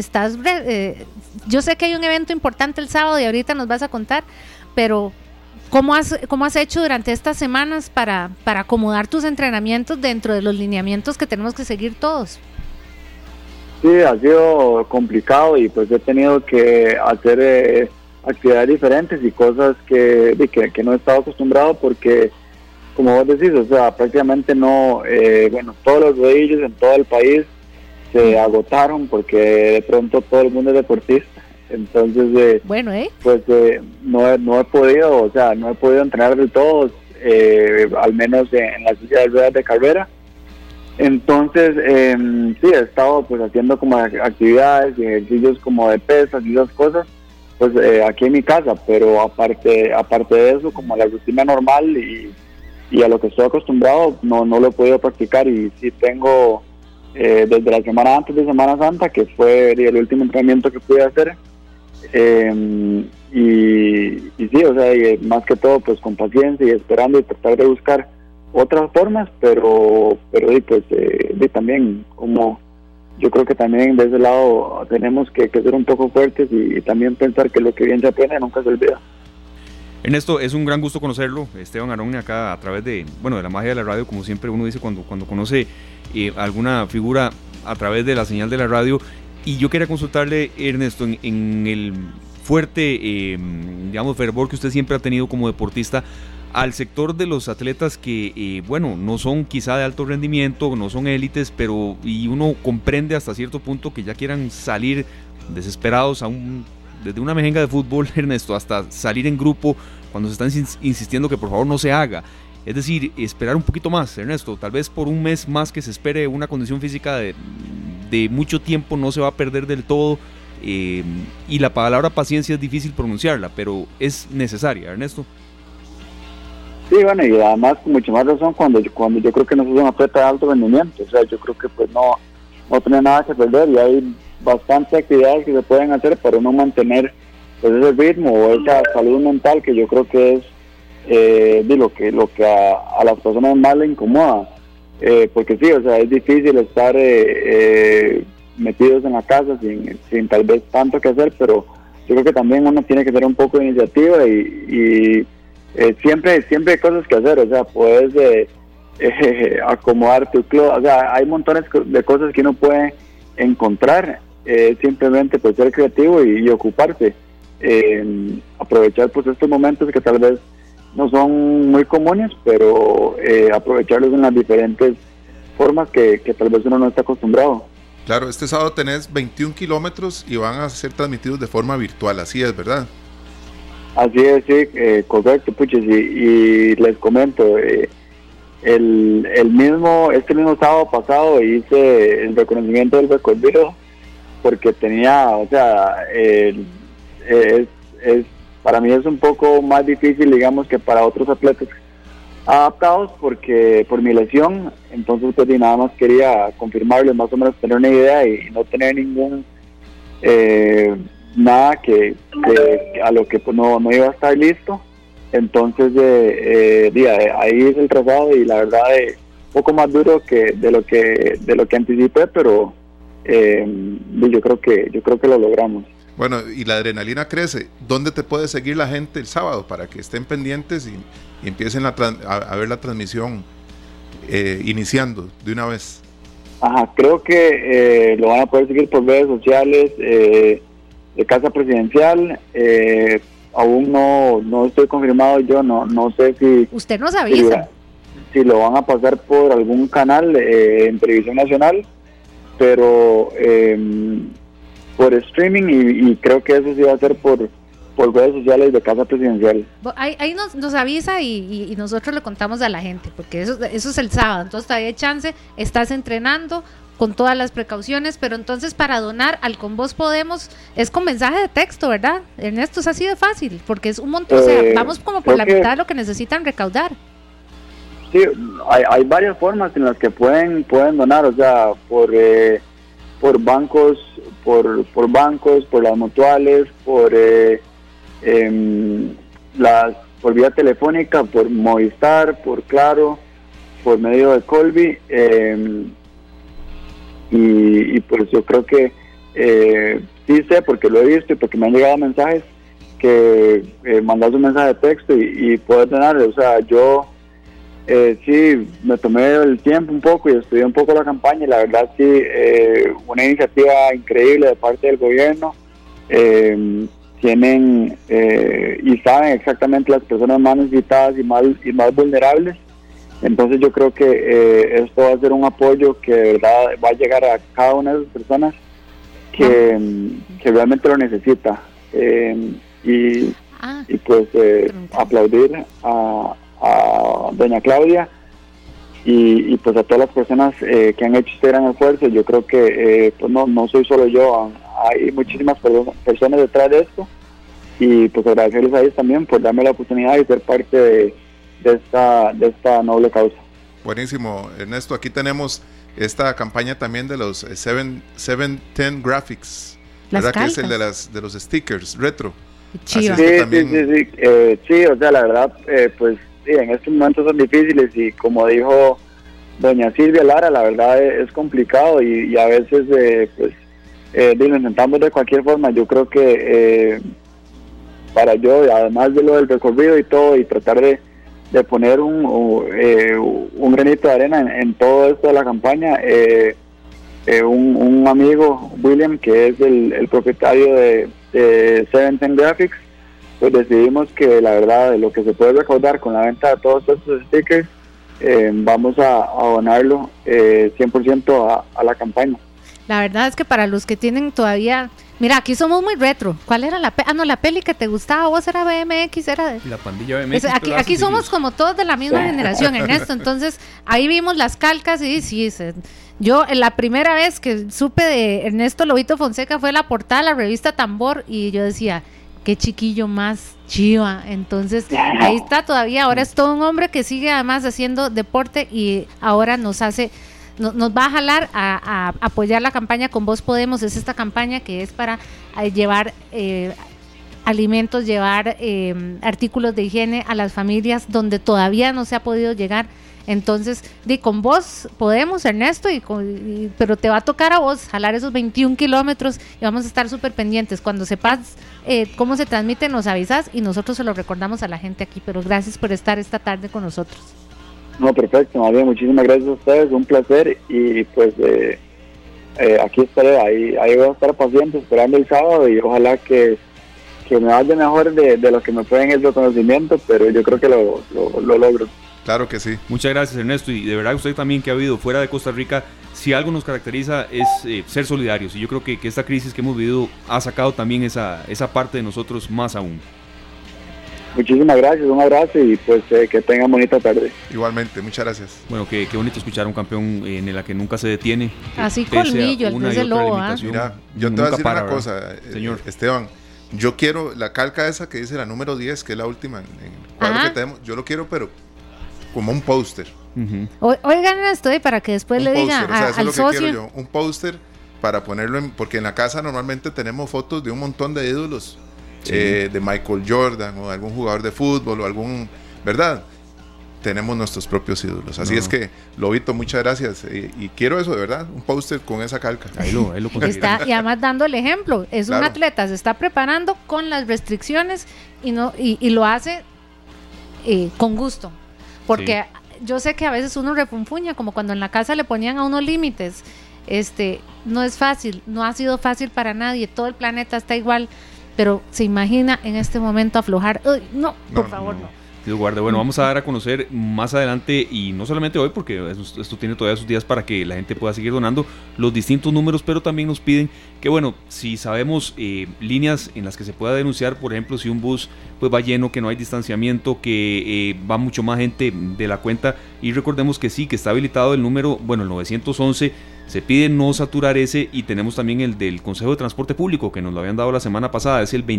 S3: Yo sé que hay un evento importante el sábado y ahorita nos vas a contar, pero ¿cómo has hecho durante estas semanas para acomodar tus entrenamientos dentro de los lineamientos que tenemos que seguir todos?
S6: Sí, ha sido complicado, y pues he tenido que hacer actividades diferentes y cosas que no he estado acostumbrado, porque como vos decís, o sea, prácticamente no, todos los rodillos en todo el país se agotaron porque de pronto todo el mundo es deportista. Entonces, pues no he podido entrenar del todo, al menos en la silla de ruedas de carrera. Entonces, sí, he estado pues haciendo como actividades y ejercicios como de pesas y esas cosas, pues aquí en mi casa, pero aparte de eso, como la rutina normal y a lo que estoy acostumbrado, no lo he podido practicar. Y sí tengo, desde la semana antes de Semana Santa, que fue el último entrenamiento que pude hacer, y sí, o sea, y más que todo pues con paciencia y esperando y tratar de buscar otras formas, pero también, como yo creo que también de ese lado tenemos que ser un poco fuertes y también pensar que lo que bien se aprende nunca se olvida.
S2: Ernesto, es un gran gusto conocerlo, Esteban Arón, acá a través de la magia de la radio, como siempre uno dice cuando conoce alguna figura a través de la señal de la radio. Y yo quería consultarle, Ernesto, en el fuerte, fervor que usted siempre ha tenido como deportista, al sector de los atletas que, no son quizá de alto rendimiento, no son élites, pero y uno comprende hasta cierto punto que ya quieran salir desesperados desde una mejenga de fútbol, Ernesto, hasta salir en grupo, cuando se están insistiendo que por favor no se haga. Es decir, esperar un poquito más, Ernesto, tal vez por un mes más que se espere una condición física de mucho tiempo no se va a perder del todo, y la palabra paciencia es difícil pronunciarla, pero es necesaria, Ernesto.
S6: Sí, y además con mucho más razón cuando yo creo que no es una atleta de alto rendimiento, o sea, yo creo que pues no tiene nada que perder, y hay bastantes actividades que se pueden hacer para uno mantener pues ese ritmo o esa salud mental, que yo creo que es lo que a las personas más le incomoda, porque sí, o sea, es difícil estar metidos en la casa sin tal vez tanto que hacer, pero yo creo que también uno tiene que tener un poco de iniciativa y siempre hay cosas que hacer, o sea, puedes acomodar tu club, o sea, hay montones de cosas que uno puede encontrar, simplemente pues ser creativo y ocuparse, aprovechar pues estos momentos que tal vez no son muy comunes, pero aprovecharlos en las diferentes formas que tal vez uno no está acostumbrado.
S4: Claro, este sábado tenés 21 kilómetros y van a ser transmitidos de forma virtual, así es, ¿verdad?
S6: Así es, sí, correcto, puches, y les comento, este mismo sábado pasado hice el reconocimiento del recorrido porque tenía, o sea, para mí es un poco más difícil, digamos, que para otros atletas adaptados porque por mi lesión, entonces pues nada más quería confirmarlo, más o menos tener una idea y no tener ningún nada que a lo que pues no iba a estar listo. Entonces ahí es el trazado y la verdad un poco más duro que de lo que anticipé, pero yo creo que lo logramos.
S4: Bueno, y la adrenalina crece. ¿Dónde te puede seguir la gente el sábado para que estén pendientes y empiecen a ver la transmisión iniciando de una vez?
S6: Ajá, creo que lo van a poder seguir por redes sociales de Casa Presidencial. Aún no estoy confirmado, yo no sé si...
S3: Usted nos avisa.
S6: Si lo van a pasar por algún canal en Televisión Nacional, pero... por streaming y creo que eso sí va a ser por redes sociales de Casa Presidencial.
S3: Ahí nos avisa y nosotros le contamos a la gente, porque eso es el sábado, entonces todavía hay chance, estás entrenando con todas las precauciones, pero entonces para donar al Con Vos Podemos es con mensaje de texto, ¿verdad? Ernesto, es así de fácil, porque es un montón, o sea, vamos como por la mitad de lo que necesitan recaudar.
S6: Sí, hay varias formas en las que pueden donar, o sea, por bancos, por las mutuales, por vía telefónica, por Movistar, por Claro, por medio de Colby, y pues yo creo que sí sé, porque lo he visto y porque me han llegado mensajes que mandas un mensaje de texto y puedes donar. O sea, yo sí me tomé el tiempo un poco y estudié un poco la campaña y la verdad sí, una iniciativa increíble de parte del gobierno. Tienen y saben exactamente las personas más necesitadas y más vulnerables. Entonces yo creo que esto va a ser un apoyo que de verdad va a llegar a cada una de esas personas que realmente lo necesita. Y pues aplaudir a doña Claudia y pues a todas las personas que han hecho este gran esfuerzo. Yo creo que pues no soy solo yo, hay muchísimas personas detrás de esto y pues agradecerles a ellos también por darme la oportunidad de ser parte de esta noble causa.
S4: Buenísimo, Ernesto. Aquí tenemos esta campaña también de los 710 Graphics, ¿verdad? Que es el de los stickers retro.
S3: Sí,
S4: también...
S6: sí, o sea, la verdad, pues sí, en estos momentos son difíciles y como dijo doña Silvia Lara, la verdad es complicado y a veces pues lo intentamos de cualquier forma. Yo creo que para yo, además de lo del recorrido y todo, y tratar de poner un granito de arena en todo esto de la campaña, un amigo, William, que es el propietario de 710 Graphics, pues decidimos que la verdad de lo que se puede recaudar con la venta de todos estos stickers, vamos a donarlo 100% a la campaña.
S3: La verdad es que para los que tienen todavía... Mira, aquí somos muy retro. ¿Cuál era la la peli que te gustaba? ¿Vos era BMX? Era
S2: la pandilla BMX.
S3: Aquí somos como todos de la misma generación, Ernesto. Entonces, ahí vimos las calcas y sí, yo la primera vez que supe de Ernesto Lobito Fonseca fue la portada de la revista Tambor y yo decía, qué chiquillo más chiva. Entonces, ahí está todavía. Ahora es todo un hombre que sigue además haciendo deporte y ahora nos va a jalar a apoyar la campaña Con Vos Podemos. Es esta campaña que es para llevar alimentos, llevar artículos de higiene a las familias donde todavía no se ha podido llegar. Entonces, con vos podemos, Ernesto, pero te va a tocar a vos jalar esos 21 kilómetros y vamos a estar súper pendientes. Cuando sepas cómo se transmite, nos avisas y nosotros se lo recordamos a la gente aquí. Pero gracias por estar esta tarde con nosotros.
S6: No, perfecto, María, muchísimas gracias a ustedes, un placer, y pues aquí estaré, ahí voy a estar paciente esperando el sábado, y ojalá que me vaya mejor de lo que me fue en el reconocimiento, pero yo creo que lo logro.
S4: Claro que sí.
S2: Muchas gracias, Ernesto, y de verdad usted también, que ha habido fuera de Costa Rica, si algo nos caracteriza es ser solidarios, y yo creo que esta crisis que hemos vivido ha sacado también esa parte de nosotros más aún.
S6: Muchísimas gracias, un abrazo, y pues que tengan bonita tarde.
S4: Igualmente, muchas gracias.
S2: Bueno, qué bonito escuchar a un campeón en la que nunca se detiene.
S3: Así colmillo, el pez de lobo.
S4: Mira, yo te voy a decir una cosa,
S2: señor
S4: Esteban. Yo quiero la calca esa que dice la número 10, que es la última en el cuadro que tenemos. Yo lo quiero, pero como un póster.
S3: Oigan esto, para que después le diga al socio.
S4: Quiero yo, un póster para ponerlo porque en la casa normalmente tenemos fotos de un montón de ídolos, de Michael Jordan o algún jugador de fútbol o algún, ¿verdad? Tenemos nuestros propios ídolos. Así es que, Lobito, muchas gracias. Y quiero eso, de verdad, un póster con esa calca.
S2: Ahí lo
S3: está, y además dando el ejemplo. Es un atleta, se está preparando con las restricciones y lo hace con gusto. Porque yo sé que a veces uno refunfuña, como cuando en la casa le ponían a uno límites. No es fácil, no ha sido fácil para nadie. Todo el planeta está igual. Pero se imagina en este momento aflojar. No, por favor, no.
S2: Dios guarde. Bueno, vamos a dar a conocer más adelante, y no solamente hoy, porque esto tiene todavía sus días para que la gente pueda seguir donando, los distintos números, pero también nos piden que, bueno, si sabemos líneas en las que se pueda denunciar, por ejemplo, si un bus pues va lleno, que no hay distanciamiento, que va mucho más gente de la cuenta, y recordemos que sí, que está habilitado el número, bueno, el 911, se pide no saturar ese, y tenemos también el del Consejo de Transporte Público, que nos lo habían dado la semana pasada, es el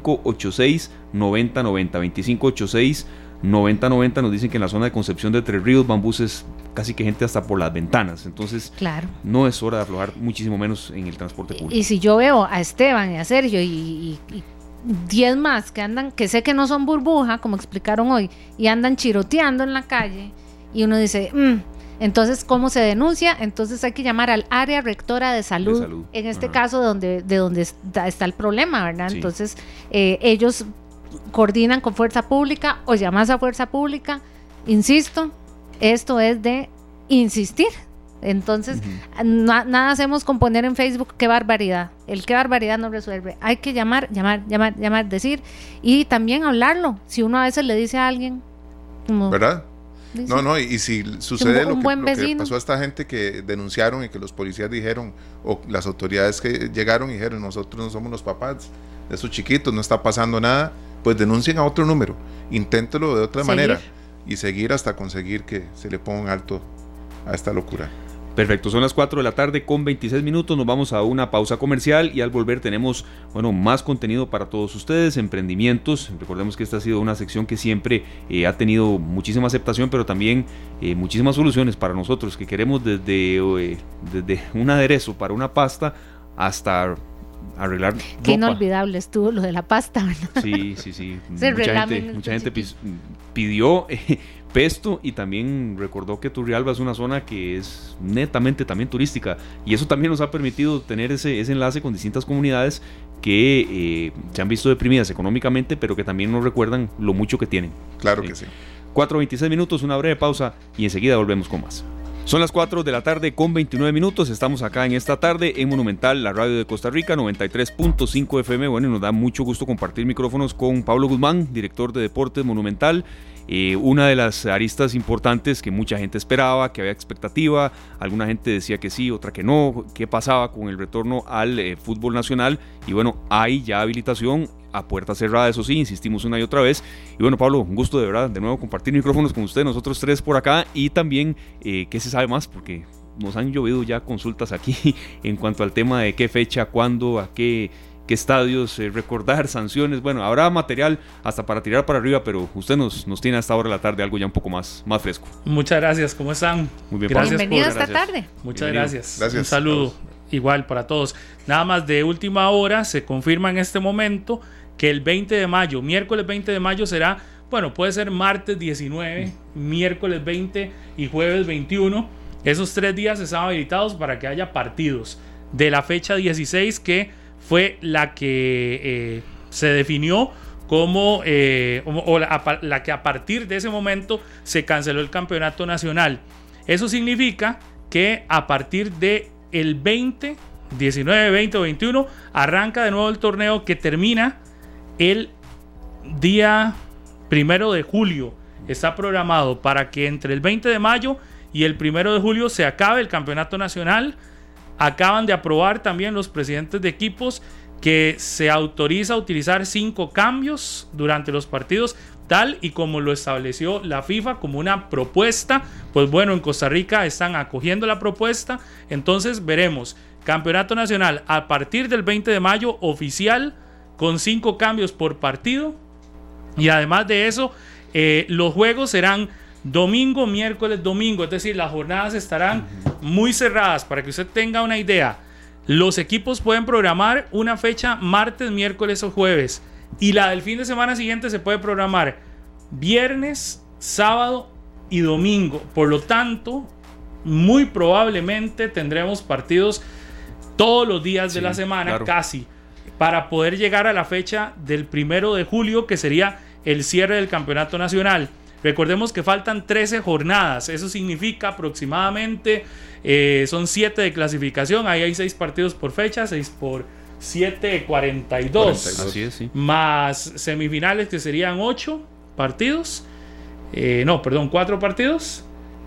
S2: 2586-9090, 2586-9090. Nos dicen que en la zona de Concepción de Tres Ríos van buses casi que gente hasta por las ventanas, entonces
S3: claro,
S2: no es hora de aflojar, muchísimo menos en el transporte público.
S3: Y si yo veo a Esteban y a Sergio y 10 más que andan, que sé que no son burbuja, como explicaron hoy, y andan chiroteando en la calle, y uno dice, entonces, ¿cómo se denuncia? Entonces hay que llamar al área rectora de salud. En este caso de donde está el problema, ¿verdad? Sí. Entonces, ellos coordinan con Fuerza Pública o llamas a Fuerza Pública. Insisto, esto es de insistir. Entonces, nada hacemos con poner en Facebook qué barbaridad. El qué barbaridad no resuelve. Hay que llamar, decir, y también hablarlo. Si uno a veces le dice a alguien, como,
S4: ¿verdad? No, y si sucede lo que pasó a esta gente que denunciaron y que los policías dijeron, o las autoridades que llegaron y dijeron, nosotros no somos los papás de esos chiquitos, no está pasando nada, pues denuncien a otro número, inténtelo de otra manera y seguir hasta conseguir que se le ponga un alto a esta locura.
S2: Perfecto, son las 4 de la tarde con 26 minutos, nos vamos a una pausa comercial y al volver tenemos, más contenido para todos ustedes, emprendimientos. Recordemos que esta ha sido una sección que siempre ha tenido muchísima aceptación, pero también muchísimas soluciones para nosotros, que queremos desde un aderezo para una pasta hasta arreglar ropa.
S3: Qué inolvidable estuvo lo de la pasta, ¿verdad?
S2: Sí. Mucha gente pidió pesto, y también recordó que Turrialba es una zona que es netamente también turística, y eso también nos ha permitido tener ese enlace con distintas comunidades que se han visto deprimidas económicamente, pero que también nos recuerdan lo mucho que tienen.
S4: Claro que sí.
S2: 4:26 minutos, una breve pausa y enseguida volvemos con más. Son las 4 de la tarde con 29 minutos, estamos acá en esta tarde en Monumental, la radio de Costa Rica, 93.5 FM. Bueno, y nos da mucho gusto compartir micrófonos con Pablo Guzmán, director de Deportes Monumental. Una de las aristas importantes que mucha gente esperaba, que había expectativa, alguna gente decía que sí, otra que no, qué pasaba con el retorno al fútbol nacional, y bueno, hay ya habilitación a puerta cerrada, eso sí, insistimos una y otra vez. Y bueno, Pablo, un gusto de verdad de nuevo compartir micrófonos con usted, nosotros tres por acá, y también qué se sabe más, porque nos han llovido ya consultas aquí en cuanto al tema de qué fecha, cuándo, a qué estadios, recordar sanciones. Bueno, habrá material hasta para tirar para arriba, pero usted nos tiene a esta hora de la tarde algo ya un poco más fresco.
S7: Muchas gracias, ¿cómo están?
S2: Muy bien,
S7: gracias.
S3: Bienvenido esta tarde.
S7: Muchas gracias. Un saludo igual para todos. Nada más de última hora, se confirma en este momento que el 20 de mayo, miércoles 20 de mayo será, bueno, puede ser martes 19, miércoles 20 y jueves 21. Esos 3 días están habilitados para que haya partidos de la fecha 16, que fue la que se definió como la que a partir de ese momento se canceló el campeonato nacional. Eso significa que a partir de el 20, 19, 20 o 21 arranca de nuevo el torneo, que termina el día 1 de julio. Está programado para que entre el 20 de mayo y el 1 de julio se acabe el campeonato nacional. Acaban de aprobar también los presidentes de equipos que se autoriza a utilizar 5 cambios durante los partidos, tal y como lo estableció la FIFA como una propuesta. Pues bueno, en Costa Rica están acogiendo la propuesta. Entonces veremos campeonato nacional a partir del 20 de mayo oficial, con 5 cambios por partido. Y además de eso, los juegos serán domingo, miércoles, domingo. Es decir, las jornadas estarán muy cerradas. Para que usted tenga una idea, los equipos pueden programar una fecha martes, miércoles o jueves, y la del fin de semana siguiente se puede programar viernes, sábado y domingo. Por lo tanto, muy probablemente tendremos partidos todos los días de la semana, claro, casi, para poder llegar a la fecha del 1 de julio, que sería el cierre del campeonato nacional. Recordemos que faltan 13 jornadas. Eso significa aproximadamente, son 7 de clasificación. Ahí hay 6 partidos por fecha, 6 por 7, 42.
S2: Así es, sí.
S7: Más semifinales, que serían 8 partidos. 4 partidos.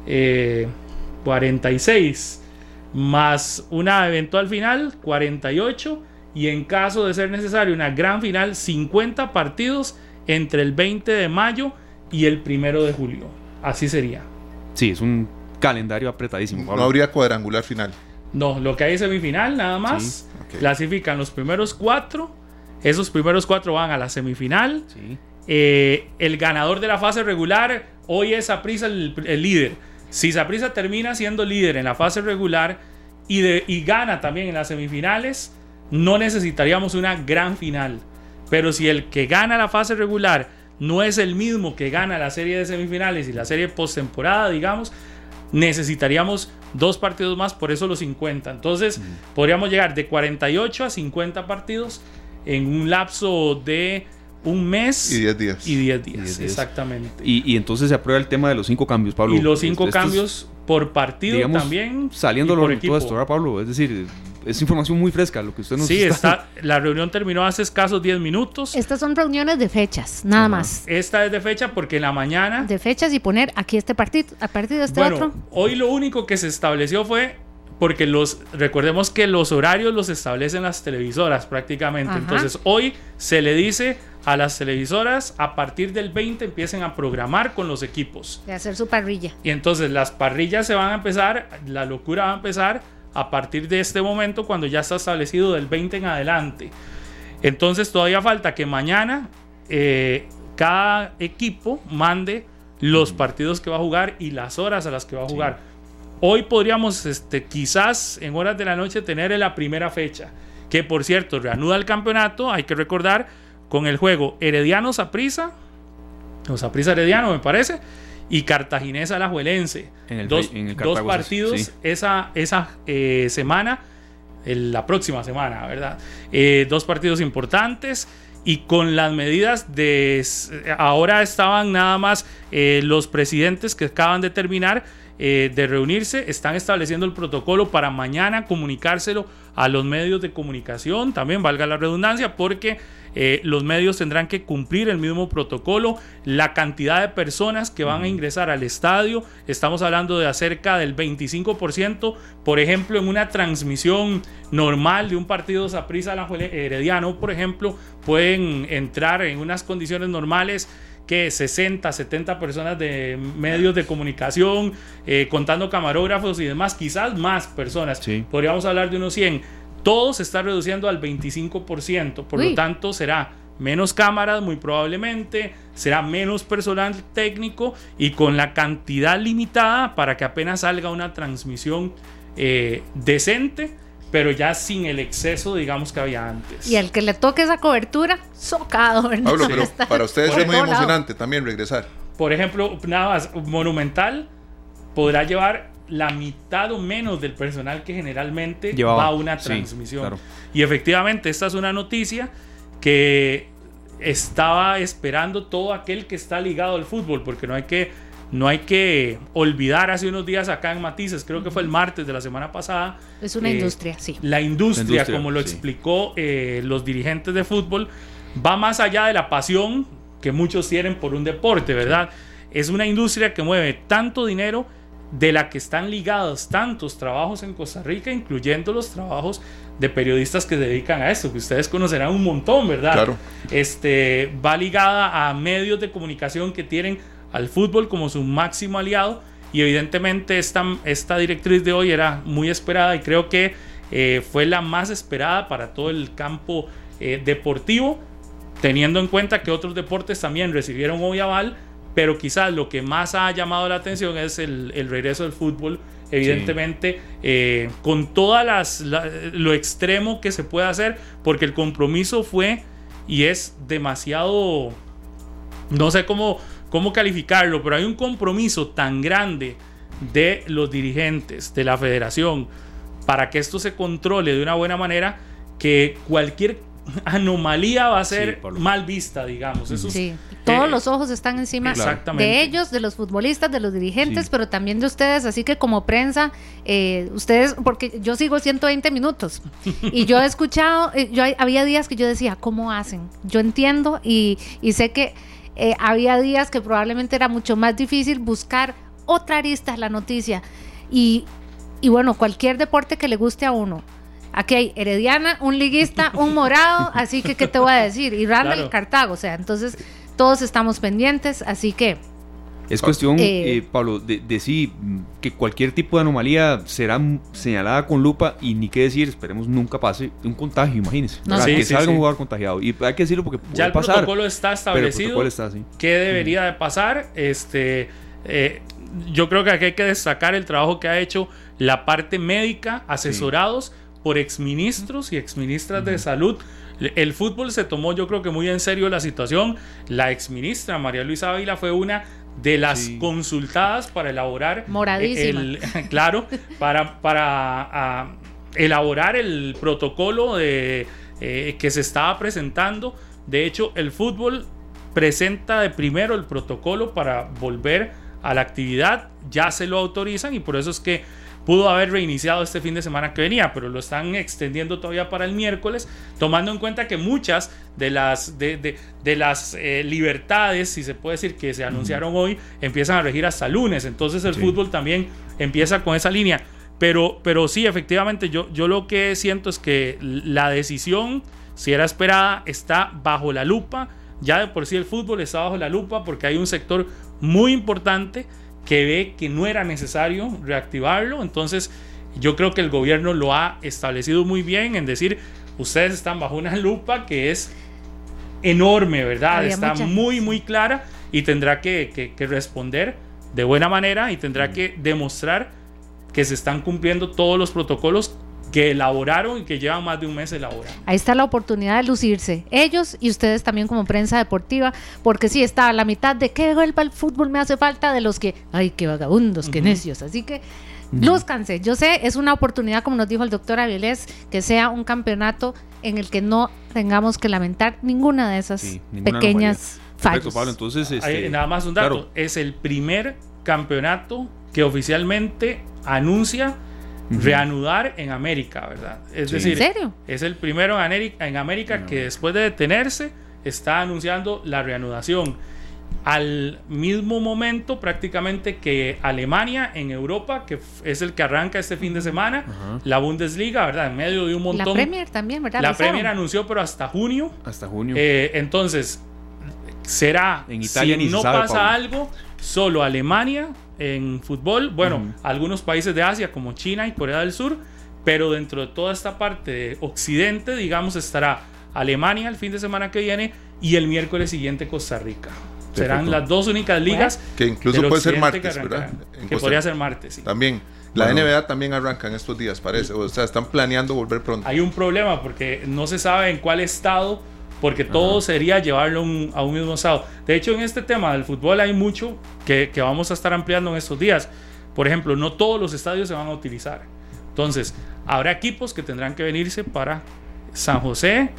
S7: 46. Más una eventual final, 48. Y en caso de ser necesario una gran final, 50 partidos entre el 20 de mayo y el 1 de julio. Así sería.
S2: Sí, es un calendario apretadísimo, Pablo.
S4: No habría cuadrangular final.
S7: No, lo que hay es semifinal nada más.
S2: Sí,
S4: okay.
S7: Clasifican los primeros 4. Esos primeros 4 van a la semifinal.
S2: Sí.
S7: El ganador de la fase regular, hoy es Saprissa el líder. Si Saprissa termina siendo líder en la fase regular y gana también en las semifinales, no necesitaríamos una gran final. Pero si el que gana la fase regular no es el mismo que gana la serie de semifinales y la serie postemporada, digamos, necesitaríamos 2 partidos más, por eso los 50. Entonces, podríamos llegar de 48 a 50 partidos en un lapso de un mes
S4: y 10 días.
S7: Y 10 días, exactamente.
S2: Y entonces se aprueba el tema de los 5 cambios, Pablo.
S7: Y los 5 cambios por partido, digamos, también.
S2: Saliéndolo de todo esto, ¿verdad, Pablo? Es decir, es información muy fresca lo que usted nos
S7: la reunión terminó hace escasos 10 minutos.
S3: Estas son reuniones de fechas, nada más.
S7: Esta es de fecha porque en la mañana...
S3: De fechas y poner aquí este partido, a partir de este otro.
S7: Hoy lo único que se estableció fue... Porque recordemos que los horarios los establecen las televisoras prácticamente. Ajá. Entonces hoy se le dice a las televisoras, a partir del 20 empiecen a programar con los equipos.
S3: De hacer su parrilla.
S7: Y entonces las parrillas se van a empezar, la locura va a empezar a partir de este momento, cuando ya está establecido del 20 en adelante. Entonces todavía falta que mañana cada equipo mande los partidos que va a jugar y las horas a las que va a jugar. Sí. Hoy podríamos quizás en horas de la noche tener la primera fecha, que por cierto reanuda el campeonato, hay que recordar, con el juego Herediano-Saprissa, o Saprissa-Herediano me parece, y Cartaginés-Alajuelense. Dos partidos, sí. esa semana, la próxima semana, ¿verdad? 2 partidos importantes. Y con las medidas ahora estaban nada más los presidentes que acaban de terminar de reunirse, están estableciendo el protocolo para mañana comunicárselo a los medios de comunicación, también valga la redundancia, porque los medios tendrán que cumplir el mismo protocolo. La cantidad de personas que van a ingresar al estadio, estamos hablando de acerca del 25%, por ejemplo, en una transmisión normal de un partido Saprissa Herediano, por ejemplo, pueden entrar en unas condiciones normales que 60, 70 personas de medios de comunicación, contando camarógrafos y demás, quizás más personas. Sí. Podríamos hablar de unos 100. Todo se está reduciendo al 25%. Por lo tanto, será menos cámaras, muy probablemente, será menos personal técnico y con la cantidad limitada para que apenas salga una transmisión decente, pero ya sin el exceso, digamos, que había antes.
S3: Y al que le toque esa cobertura, socado, ¿verdad?
S4: Pablo, pero para ustedes
S7: Por
S4: es muy
S3: todo lado.
S4: emocionante también regresar.
S7: Por ejemplo, nada más, Monumental podrá llevar la mitad o menos del personal que generalmente va a una transmisión. Claro. Y efectivamente, esta es una noticia que estaba esperando todo aquel que está ligado al fútbol, porque no hay que olvidar, hace unos días acá en Matices, creo que fue el martes de la semana pasada.
S3: Es una industria, sí.
S7: La industria, como lo explicó los dirigentes de fútbol, va más allá de la pasión que muchos tienen por un deporte, ¿verdad? Es una industria que mueve tanto dinero, de la que están ligados tantos trabajos en Costa Rica, incluyendo los trabajos de periodistas que se dedican a esto, que ustedes conocerán un montón, ¿verdad?
S4: Claro.
S7: Va ligada a medios de comunicación que tienen al fútbol como su máximo aliado, y evidentemente esta directriz de hoy era muy esperada, y creo que fue la más esperada para todo el campo deportivo, teniendo en cuenta que otros deportes también recibieron hoy aval, pero quizás lo que más ha llamado la atención es el regreso del fútbol, evidentemente, con todas lo extremo que se puede hacer, porque el compromiso fue y es demasiado, no sé cómo calificarlo, pero hay un compromiso tan grande de los dirigentes de la federación para que esto se controle de una buena manera, que cualquier anomalía va a ser mal vista, digamos. Eso
S3: sí. Todos los ojos están encima de ellos, de los futbolistas, de los dirigentes, pero también de ustedes, así que como prensa, ustedes, porque yo sigo 120 minutos y yo he escuchado, había días que yo decía, ¿cómo hacen? Yo entiendo y sé que había días que probablemente era mucho más difícil buscar otra arista en la noticia, y bueno, cualquier deporte que le guste a uno. Aquí hay Herediana, un liguista, un morado, así que ¿qué te voy a decir? Y Randall, Cartago, o sea, entonces todos estamos pendientes, así que...
S2: Es cuestión, Pablo, de sí, que cualquier tipo de anomalía será señalada con lupa, y ni qué decir, esperemos nunca pase un contagio, imagínense.
S3: No,
S2: que salga un jugador contagiado, y hay que decirlo porque
S7: ya el protocolo está establecido.
S2: Pero el protocolo está,
S7: ¿Qué debería de pasar? Yo creo que aquí hay que destacar el trabajo que ha hecho la parte médica, asesorados por exministros y exministras de salud. El fútbol se tomó, yo creo que muy en serio la situación. La exministra María Luisa Ávila fue una de las consultadas para elaborar para elaborar el protocolo que se estaba presentando. De hecho, el fútbol presenta de primero el protocolo para volver a la actividad, ya se lo autorizan, y por eso es que pudo haber reiniciado este fin de semana que venía, pero lo están extendiendo todavía para el miércoles, tomando en cuenta que muchas de las libertades, si se puede decir, que se anunciaron hoy, empiezan a regir hasta lunes. Entonces el fútbol también empieza con esa línea. Pero sí, efectivamente, yo lo que siento es que la decisión, si era esperada, está bajo la lupa. Ya de por sí el fútbol está bajo la lupa, porque hay un sector muy importante que ve que no era necesario reactivarlo. Entonces yo creo que el gobierno lo ha establecido muy bien en decir, ustedes están bajo una lupa que es enorme, ¿verdad? Está muy clara, y tendrá que responder de buena manera, y tendrá que demostrar que se están cumpliendo todos los protocolos que elaboraron y que llevan más de un mes elaborando.
S3: Ahí está la oportunidad de lucirse, ellos y ustedes también como prensa deportiva, porque sí, está a la mitad de que vuelva el fútbol, me hace falta, de los que, ay, qué vagabundos, qué necios, así que lúzcanse. Yo sé, es una oportunidad, como nos dijo el doctor Avilés, que sea un campeonato en el que no tengamos que lamentar ninguna de esas pequeñas fallas.
S2: Perfecto, Pablo, entonces
S7: nada más un dato, es el primer campeonato que oficialmente anuncia reanudar en América, ¿verdad? Es decir, ¿en
S3: serio?
S7: Es el primero en América que después de detenerse está anunciando la reanudación. Al mismo momento prácticamente que Alemania en Europa, que es el que arranca este fin de semana, la Bundesliga, ¿verdad? En medio de un montón.
S3: La Premier también, ¿verdad?
S7: La Premier anunció, pero hasta junio. Entonces, será, en Italia, si no pasa Pablo algo, solo Alemania en fútbol, bueno, algunos países de Asia como China y Corea del Sur, pero dentro de toda esta parte de Occidente, digamos, estará Alemania el fin de semana que viene, y el miércoles siguiente Costa Rica. Serán las dos únicas ligas.
S4: Que incluso puede ser martes, ¿verdad?
S7: Que podría ser martes, sí.
S4: También. La NBA también arranca en estos días, parece. O sea, están planeando volver pronto.
S7: Hay un problema porque no se sabe en cuál estado, porque todo sería llevarlo a un mismo estado. De hecho, en este tema del fútbol hay mucho que vamos a estar ampliando en estos días. Por ejemplo, no todos los estadios se van a utilizar. Entonces, habrá equipos que tendrán que venirse para San José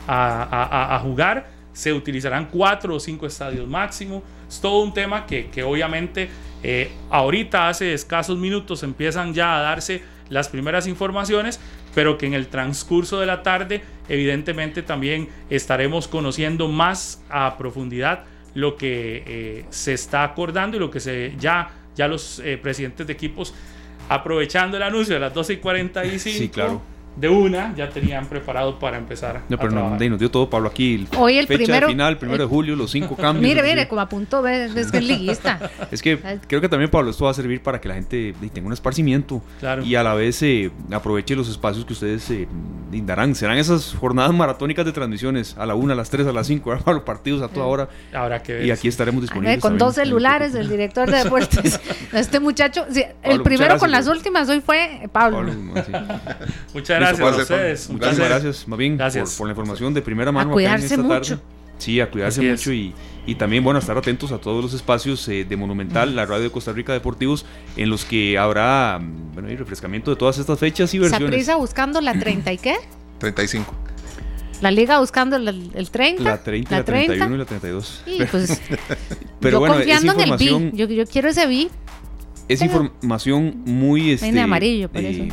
S7: a jugar. Se utilizarán 4 o 5 estadios máximo. Es todo un tema que obviamente ahorita hace escasos minutos empiezan ya a darse las primeras informaciones, pero que en el transcurso de la tarde evidentemente también estaremos conociendo más a profundidad lo que se está acordando y lo que ya los presidentes de equipos, aprovechando el anuncio de las 12:45,
S2: sí, claro,
S7: de una, ya tenían preparado para empezar a trabajar.
S2: Nos dio todo Pablo aquí.
S3: Hoy el
S2: fecha
S3: primero,
S2: de final, 1 de julio, los 5 cambios.
S3: Mire, como a punto es que es liguista.
S2: Es que creo que también, Pablo, esto va a servir para que la gente tenga un esparcimiento, claro, y a la vez aproveche los espacios que ustedes darán. Serán esas jornadas maratónicas de transmisiones a la 1, a las 3, a las 5, para los partidos a toda hora.
S7: Habrá que ver.
S2: Y aquí estaremos disponibles.
S3: Con 2 celulares, el director de deportes. Este muchacho, sí, Pablo, el primero con las últimas hoy fue Pablo.
S2: Sí.
S7: Muchas gracias a ustedes.
S2: Muchísimas gracias, más bien, por la información de primera mano.
S3: A cuidarse
S2: acá en esta
S3: mucho.
S2: Tarde. Sí, a cuidarse mucho y también, bueno, a estar atentos a todos los espacios de Monumental, la radio de Costa Rica Deportivos, en los que habrá, hay refrescamiento de todas estas fechas y versiones.
S3: Saprissa buscando la 30 y qué?
S4: 35.
S3: La liga buscando el 30.
S2: La 30, la 31 y la 32.
S3: Sí, pues,
S2: pero
S3: yo
S2: bueno,
S3: confiando en el B. Yo quiero ese B.
S2: Es información muy
S3: de amarillo, por eso.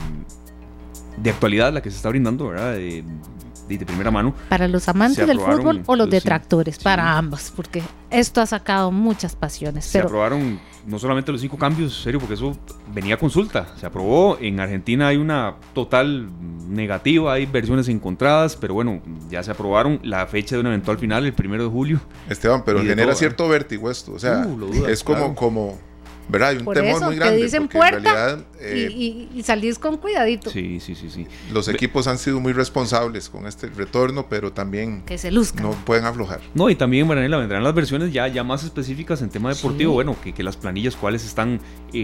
S2: De actualidad la que se está brindando, ¿verdad? De primera mano.
S3: Para los amantes del fútbol o los detractores, sí, para ambos, porque esto ha sacado muchas pasiones.
S2: Se aprobaron no solamente los 5 cambios, serio, porque eso venía a consulta. Se aprobó. En Argentina hay una total negativa, hay versiones encontradas, pero bueno, ya se aprobaron. La fecha de un eventual final, el 1 de julio.
S4: Esteban, pero genera cierto vértigo esto. O sea, es como ¿verdad? Hay un temor muy grande.
S3: Que dicen puerta y salís con cuidadito.
S2: Sí.
S4: Los equipos han sido muy responsables con este retorno, pero también
S3: que se luzcan.
S4: No pueden aflojar.
S2: No, y también, Marianela, vendrán las versiones ya más específicas en tema deportivo. Sí. Bueno, que las planillas cuáles están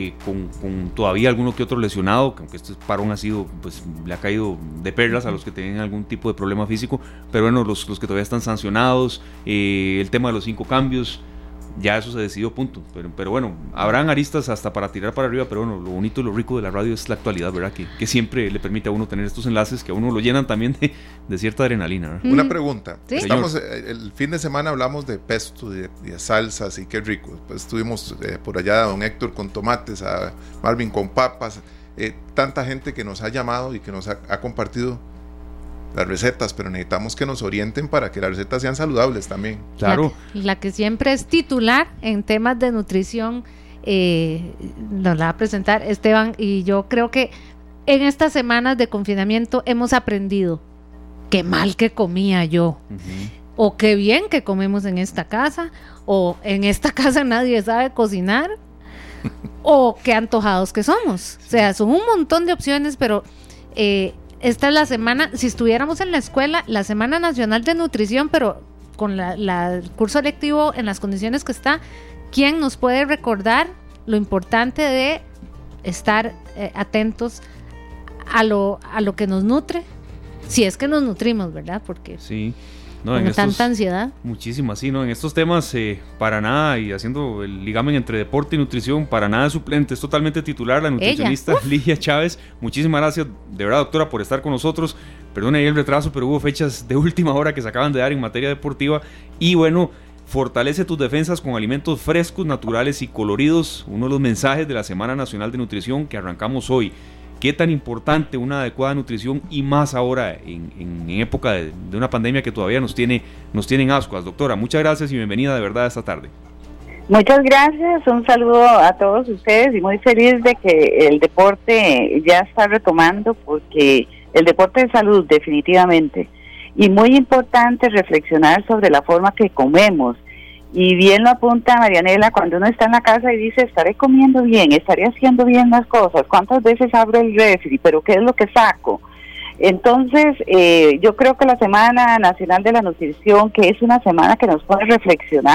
S2: con todavía alguno que otro lesionado, que aunque este parón ha sido, pues le ha caído de perlas a los que tienen algún tipo de problema físico, pero bueno, los que todavía están sancionados, el tema de los 5 cambios. Ya eso se decidió, punto. Pero bueno, habrán aristas hasta para tirar para arriba, pero bueno, lo bonito y lo rico de la radio es la actualidad, ¿verdad? Que siempre le permite a uno tener estos enlaces que a uno lo llenan también de cierta adrenalina, ¿verdad?
S4: Una pregunta.
S3: ¿Sí?
S4: El fin de semana hablamos de pesto, de salsas y qué rico. Pues estuvimos por allá, don Héctor con tomates, a Marvin con papas. Tanta gente que nos ha llamado y que nos ha compartido las recetas, pero necesitamos que nos orienten para que las recetas sean saludables también.
S2: Claro.
S3: La que siempre es titular en temas de nutrición, nos la va a presentar Esteban, y yo creo que en estas semanas de confinamiento hemos aprendido qué mal que comía yo, o qué bien que comemos en esta casa, o en esta casa nadie sabe cocinar, o qué antojados que somos. O sea, son un montón de opciones, pero esta es la semana, si estuviéramos en la escuela, la Semana Nacional de Nutrición, pero con el curso lectivo en las condiciones que está, ¿quién nos puede recordar lo importante de estar atentos a lo que nos nutre? Si es que nos nutrimos, ¿verdad? Porque
S2: sí.
S3: No, con tanta ansiedad.
S2: Muchísimas, sí, ¿no? En estos temas, para nada, y haciendo el ligamen entre deporte y nutrición, para nada suplente, es totalmente titular la nutricionista Ligia Chávez. Muchísimas gracias, de verdad, doctora, por estar con nosotros. Perdone ahí el retraso, pero hubo fechas de última hora que se acaban de dar en materia deportiva. Y bueno, fortalece tus defensas con alimentos frescos, naturales y coloridos. Uno de los mensajes de la Semana Nacional de Nutrición que arrancamos hoy. Qué tan importante una adecuada nutrición, y más ahora en época de una pandemia que todavía nos tiene en ascuas. Doctora, muchas gracias y bienvenida de verdad esta tarde.
S8: Muchas gracias, un saludo a todos ustedes y muy feliz de que el deporte ya está retomando, porque el deporte es salud definitivamente, y muy importante reflexionar sobre la forma que comemos. Y bien lo apunta Marianela, cuando uno está en la casa y dice, estaré comiendo bien, estaré haciendo bien las cosas, ¿cuántas veces abro el refri? ¿Pero qué es lo que saco? Entonces, yo creo que la Semana Nacional de la Nutrición, que es una semana que nos pone a reflexionar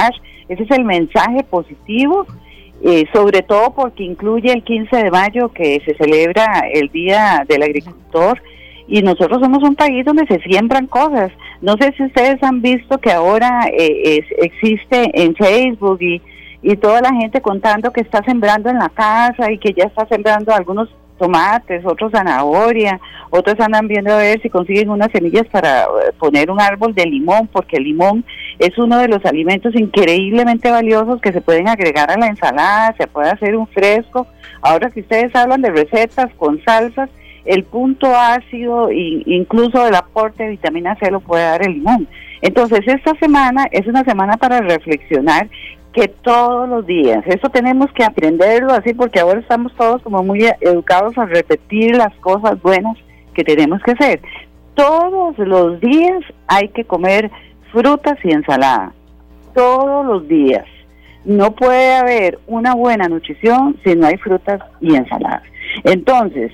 S8: Ese es el mensaje positivo, sobre todo porque incluye el 15 de mayo que se celebra el Día del Agricultor, y nosotros somos un país donde se siembran cosas. No sé si ustedes han visto que ahora existe en Facebook y toda la gente contando que está sembrando en la casa y que ya está sembrando algunos tomates, otros zanahoria, otros andan viendo a ver si consiguen unas semillas para poner un árbol de limón, porque el limón es uno de los alimentos increíblemente valiosos que se pueden agregar a la ensalada, se puede hacer un fresco. Ahora que ustedes hablan de recetas con salsas, el punto ácido, incluso el aporte de vitamina C lo puede dar el limón. Entonces esta semana es una semana para reflexionar que todos los días, eso tenemos que aprenderlo así, porque ahora estamos todos como muy educados a repetir las cosas buenas que tenemos que hacer. Todos los días hay que comer frutas y ensalada, todos los días. No puede haber una buena nutrición si no hay frutas y ensaladas. Entonces,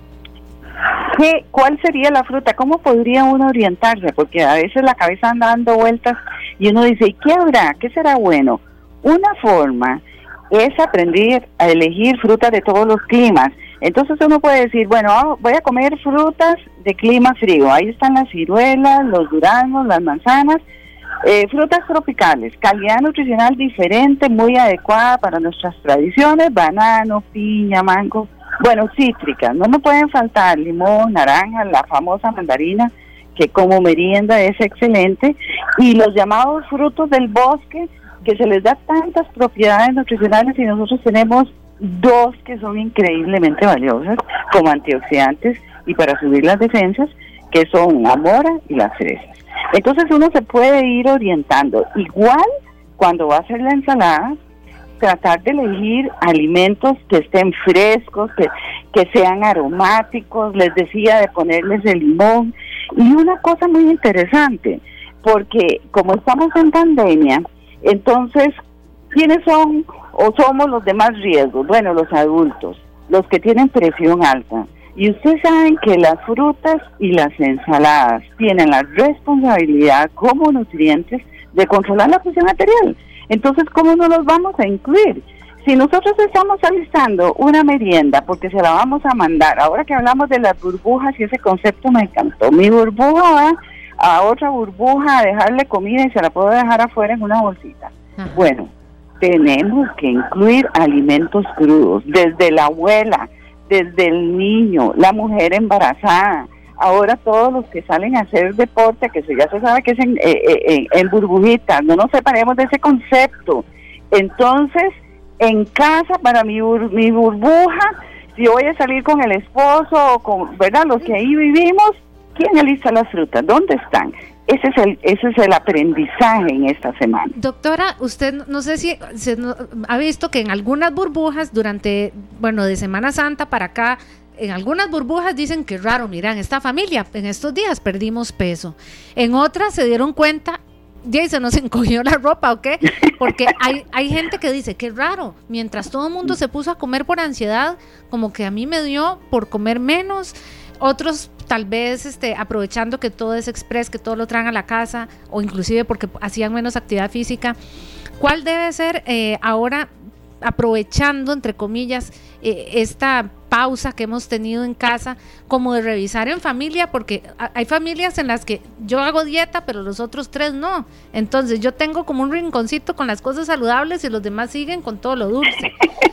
S8: ¿cuál sería la fruta? ¿Cómo podría uno orientarse? Porque a veces la cabeza anda dando vueltas y uno dice, ¿y qué habrá? ¿Qué será bueno? Una forma es aprender a elegir frutas de todos los climas. Entonces uno puede decir, bueno, voy a comer frutas de clima frío. Ahí están las ciruelas, los duraznos, las manzanas, frutas tropicales, calidad nutricional diferente, muy adecuada para nuestras tradiciones, banano, piña, mango. Bueno, cítricas, no me pueden faltar limón, naranja, la famosa mandarina, que como merienda es excelente, y los llamados frutos del bosque, que se les da tantas propiedades nutricionales, y nosotros tenemos dos que son increíblemente valiosas como antioxidantes y para subir las defensas, que son la mora y las fresas. Entonces uno se puede ir orientando. Igual cuando va a hacer la ensalada, tratar de elegir alimentos que estén frescos, que sean aromáticos, les decía de ponerles el limón. Y una cosa muy interesante, porque como estamos en pandemia, entonces, ¿quiénes son o somos los de más riesgo? Bueno, los adultos, los que tienen presión alta. Y ustedes saben que las frutas y las ensaladas tienen la responsabilidad como nutrientes de controlar la presión arterial. Entonces, ¿cómo no los vamos a incluir? Si nosotros estamos alistando una merienda porque se la vamos a mandar, ahora que hablamos de las burbujas y ese concepto me encantó, mi burbuja va a otra burbuja a dejarle comida y se la puedo dejar afuera en una bolsita. Bueno, tenemos que incluir alimentos crudos, desde la abuela, desde el niño, la mujer embarazada, ahora todos los que salen a hacer deporte, que ya se sabe que es en burbujitas, no nos separemos de ese concepto. Entonces, en casa, para mi burbuja, si voy a salir con el esposo, o con, ¿verdad?, los que ahí vivimos, ¿quién alista las frutas? ¿Dónde están? Ese es el aprendizaje en esta semana.
S3: Doctora, usted no sé si ha visto que en algunas burbujas durante, de Semana Santa para acá, en algunas burbujas dicen que raro, miran, esta familia en estos días perdimos peso. En otras se dieron cuenta, y se nos encogió la ropa, ¿o qué? Porque hay gente que dice, qué raro, mientras todo el mundo se puso a comer por ansiedad, como que a mí me dio por comer menos. Otros tal vez aprovechando que todo es express, que todo lo traen a la casa, o inclusive porque hacían menos actividad física. ¿Cuál debe ser ahora, aprovechando, entre comillas, esta pausa que hemos tenido en casa, como de revisar en familia? Porque hay familias en las que yo hago dieta, pero los otros 3 no. Entonces yo tengo como un rinconcito con las cosas saludables y los demás siguen con todo lo dulce.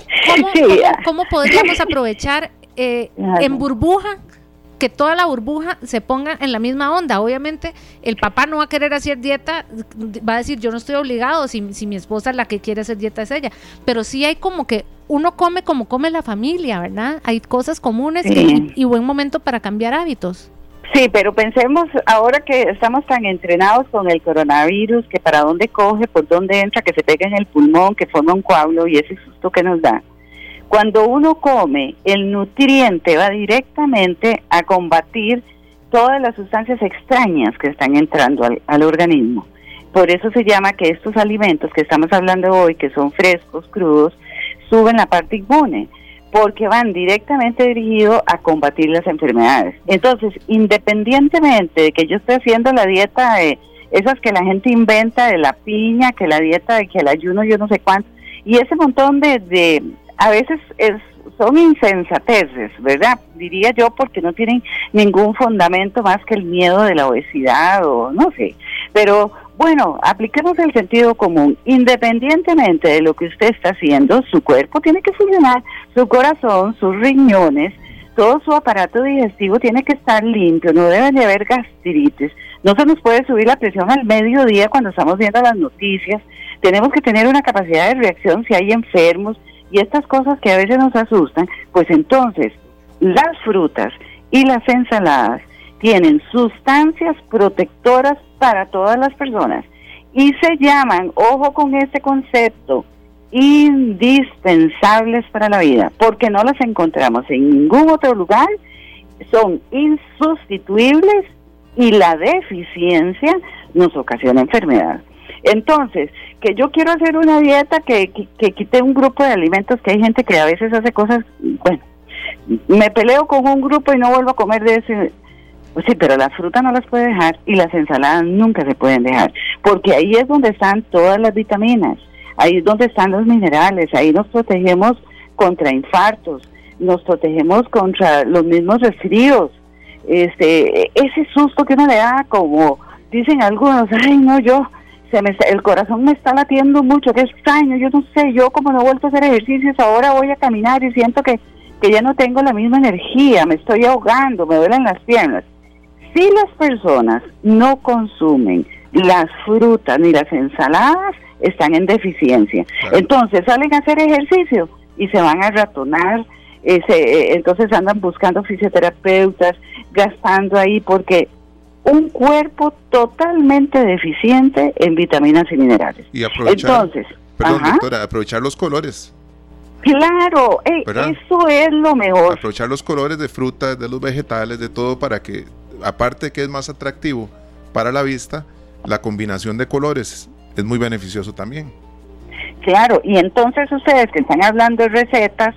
S3: ¿Cómo podríamos aprovechar en burbuja, que toda la burbuja se ponga en la misma onda? Obviamente el papá no va a querer hacer dieta, va a decir yo no estoy obligado, si mi esposa la que quiere hacer dieta es ella, pero sí hay como que uno come como come la familia, ¿verdad? Hay cosas comunes y buen momento para cambiar hábitos.
S8: Sí, pero pensemos ahora que estamos tan entrenados con el coronavirus, que para dónde coge, por dónde entra, que se pega en el pulmón, que forma un coágulo y ese susto que nos da. Cuando uno come, el nutriente va directamente a combatir todas las sustancias extrañas que están entrando al organismo. Por eso se llama que estos alimentos que estamos hablando hoy, que son frescos, crudos, suben la parte inmune, porque van directamente dirigidos a combatir las enfermedades. Entonces, independientemente de que yo esté haciendo la dieta esas que la gente inventa de la piña, que la dieta, de que el ayuno, yo no sé cuánto, y ese montón de a veces son insensateces, ¿verdad? Diría yo, porque no tienen ningún fundamento más que el miedo de la obesidad o no sé, pero bueno, apliquemos el sentido común. Independientemente de lo que usted está haciendo, su cuerpo tiene que funcionar, su corazón, sus riñones, todo su aparato digestivo tiene que estar limpio, no debe de haber gastritis, no se nos puede subir la presión al mediodía cuando estamos viendo las noticias, tenemos que tener una capacidad de reacción si hay enfermos y estas cosas que a veces nos asustan, pues entonces las frutas y las ensaladas tienen sustancias protectoras para todas las personas y se llaman, ojo con este concepto, indispensables para la vida, porque no las encontramos en ningún otro lugar, son insustituibles y la deficiencia nos ocasiona enfermedad. Entonces, que yo quiero hacer una dieta que quite un grupo de alimentos, que hay gente que a veces hace cosas, bueno, me peleo con un grupo y no vuelvo a comer de ese. Pues sí, pero la fruta no las puede dejar y las ensaladas nunca se pueden dejar, porque ahí es donde están todas las vitaminas, ahí es donde están los minerales, ahí nos protegemos contra infartos, nos protegemos contra los mismos resfríos, ese susto que uno le da, como dicen algunos, ay no, el corazón me está latiendo mucho, qué extraño, yo no sé, yo como no he vuelto a hacer ejercicios, ahora voy a caminar y siento que ya no tengo la misma energía, me estoy ahogando, me duelen las piernas. Si las personas no consumen las frutas ni las ensaladas, están en deficiencia. Claro. Entonces salen a hacer ejercicio y se van a ratonar, entonces andan buscando fisioterapeutas, gastando ahí, porque un cuerpo totalmente deficiente en vitaminas y minerales.
S4: Y aprovechar, doctora, aprovechar los colores.
S8: Claro, eso es lo mejor.
S4: Aprovechar los colores de frutas, de los vegetales, de todo, para que, aparte de que es más atractivo para la vista, la combinación de colores es muy beneficioso también.
S8: Claro, y entonces ustedes que están hablando de recetas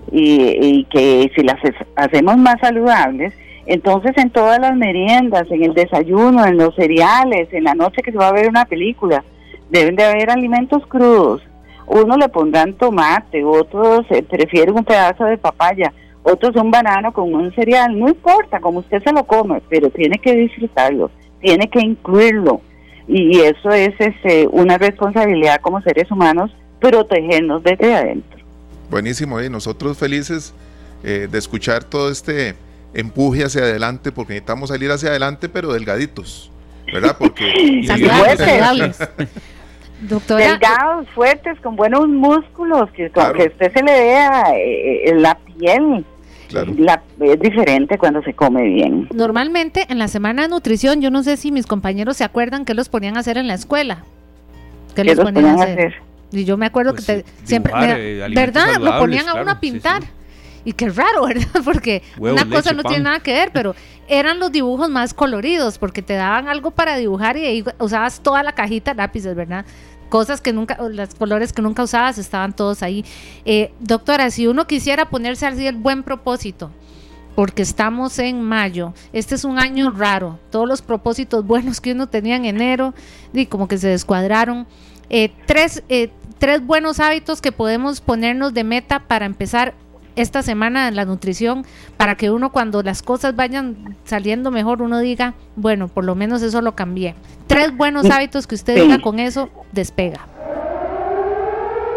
S8: y que si las hacemos más saludables, entonces en todas las meriendas, en el desayuno, en los cereales, en la noche que se va a ver una película, deben de haber alimentos crudos. Uno le pondrán tomate, otros prefieren un pedazo de papaya, otros un banano con un cereal, no importa como usted se lo come, pero tiene que disfrutarlo, tiene que incluirlo, y eso es una responsabilidad como seres humanos, protegernos desde adentro.
S4: Buenísimo, nosotros felices de escuchar todo este empuje hacia adelante, porque necesitamos salir hacia adelante, pero delgaditos, ¿verdad? Porque
S3: saludables. Doctora,
S8: delgados, fuertes, con buenos músculos, que usted se le vea la piel. Claro. Es diferente cuando se come bien.
S3: Normalmente en la semana de nutrición, yo no sé si mis compañeros se acuerdan que los ponían a hacer en la escuela. ¿Qué los ponían a hacer? Y yo me acuerdo pues que siempre, ¿verdad? Lo ponían a uno a pintar. Sí. Y qué raro, ¿verdad? Porque huevo, una cosa no tiene nada que ver, pero eran los dibujos más coloridos, porque te daban algo para dibujar y ahí usabas toda la cajita de lápices, ¿verdad? Cosas que nunca, los colores que nunca usabas estaban todos ahí. Doctora, si uno quisiera ponerse así el buen propósito, porque estamos en mayo, este es un año raro, todos los propósitos buenos que uno tenía en enero, y como que se descuadraron. Tres buenos hábitos que podemos ponernos de meta para empezar esta semana en la nutrición, para que uno cuando las cosas vayan saliendo mejor, uno diga, bueno, por lo menos eso lo cambié. 3 buenos hábitos que usted diga, con eso despega.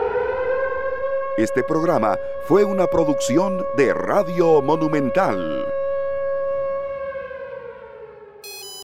S1: Este programa fue una producción de Radio Monumental.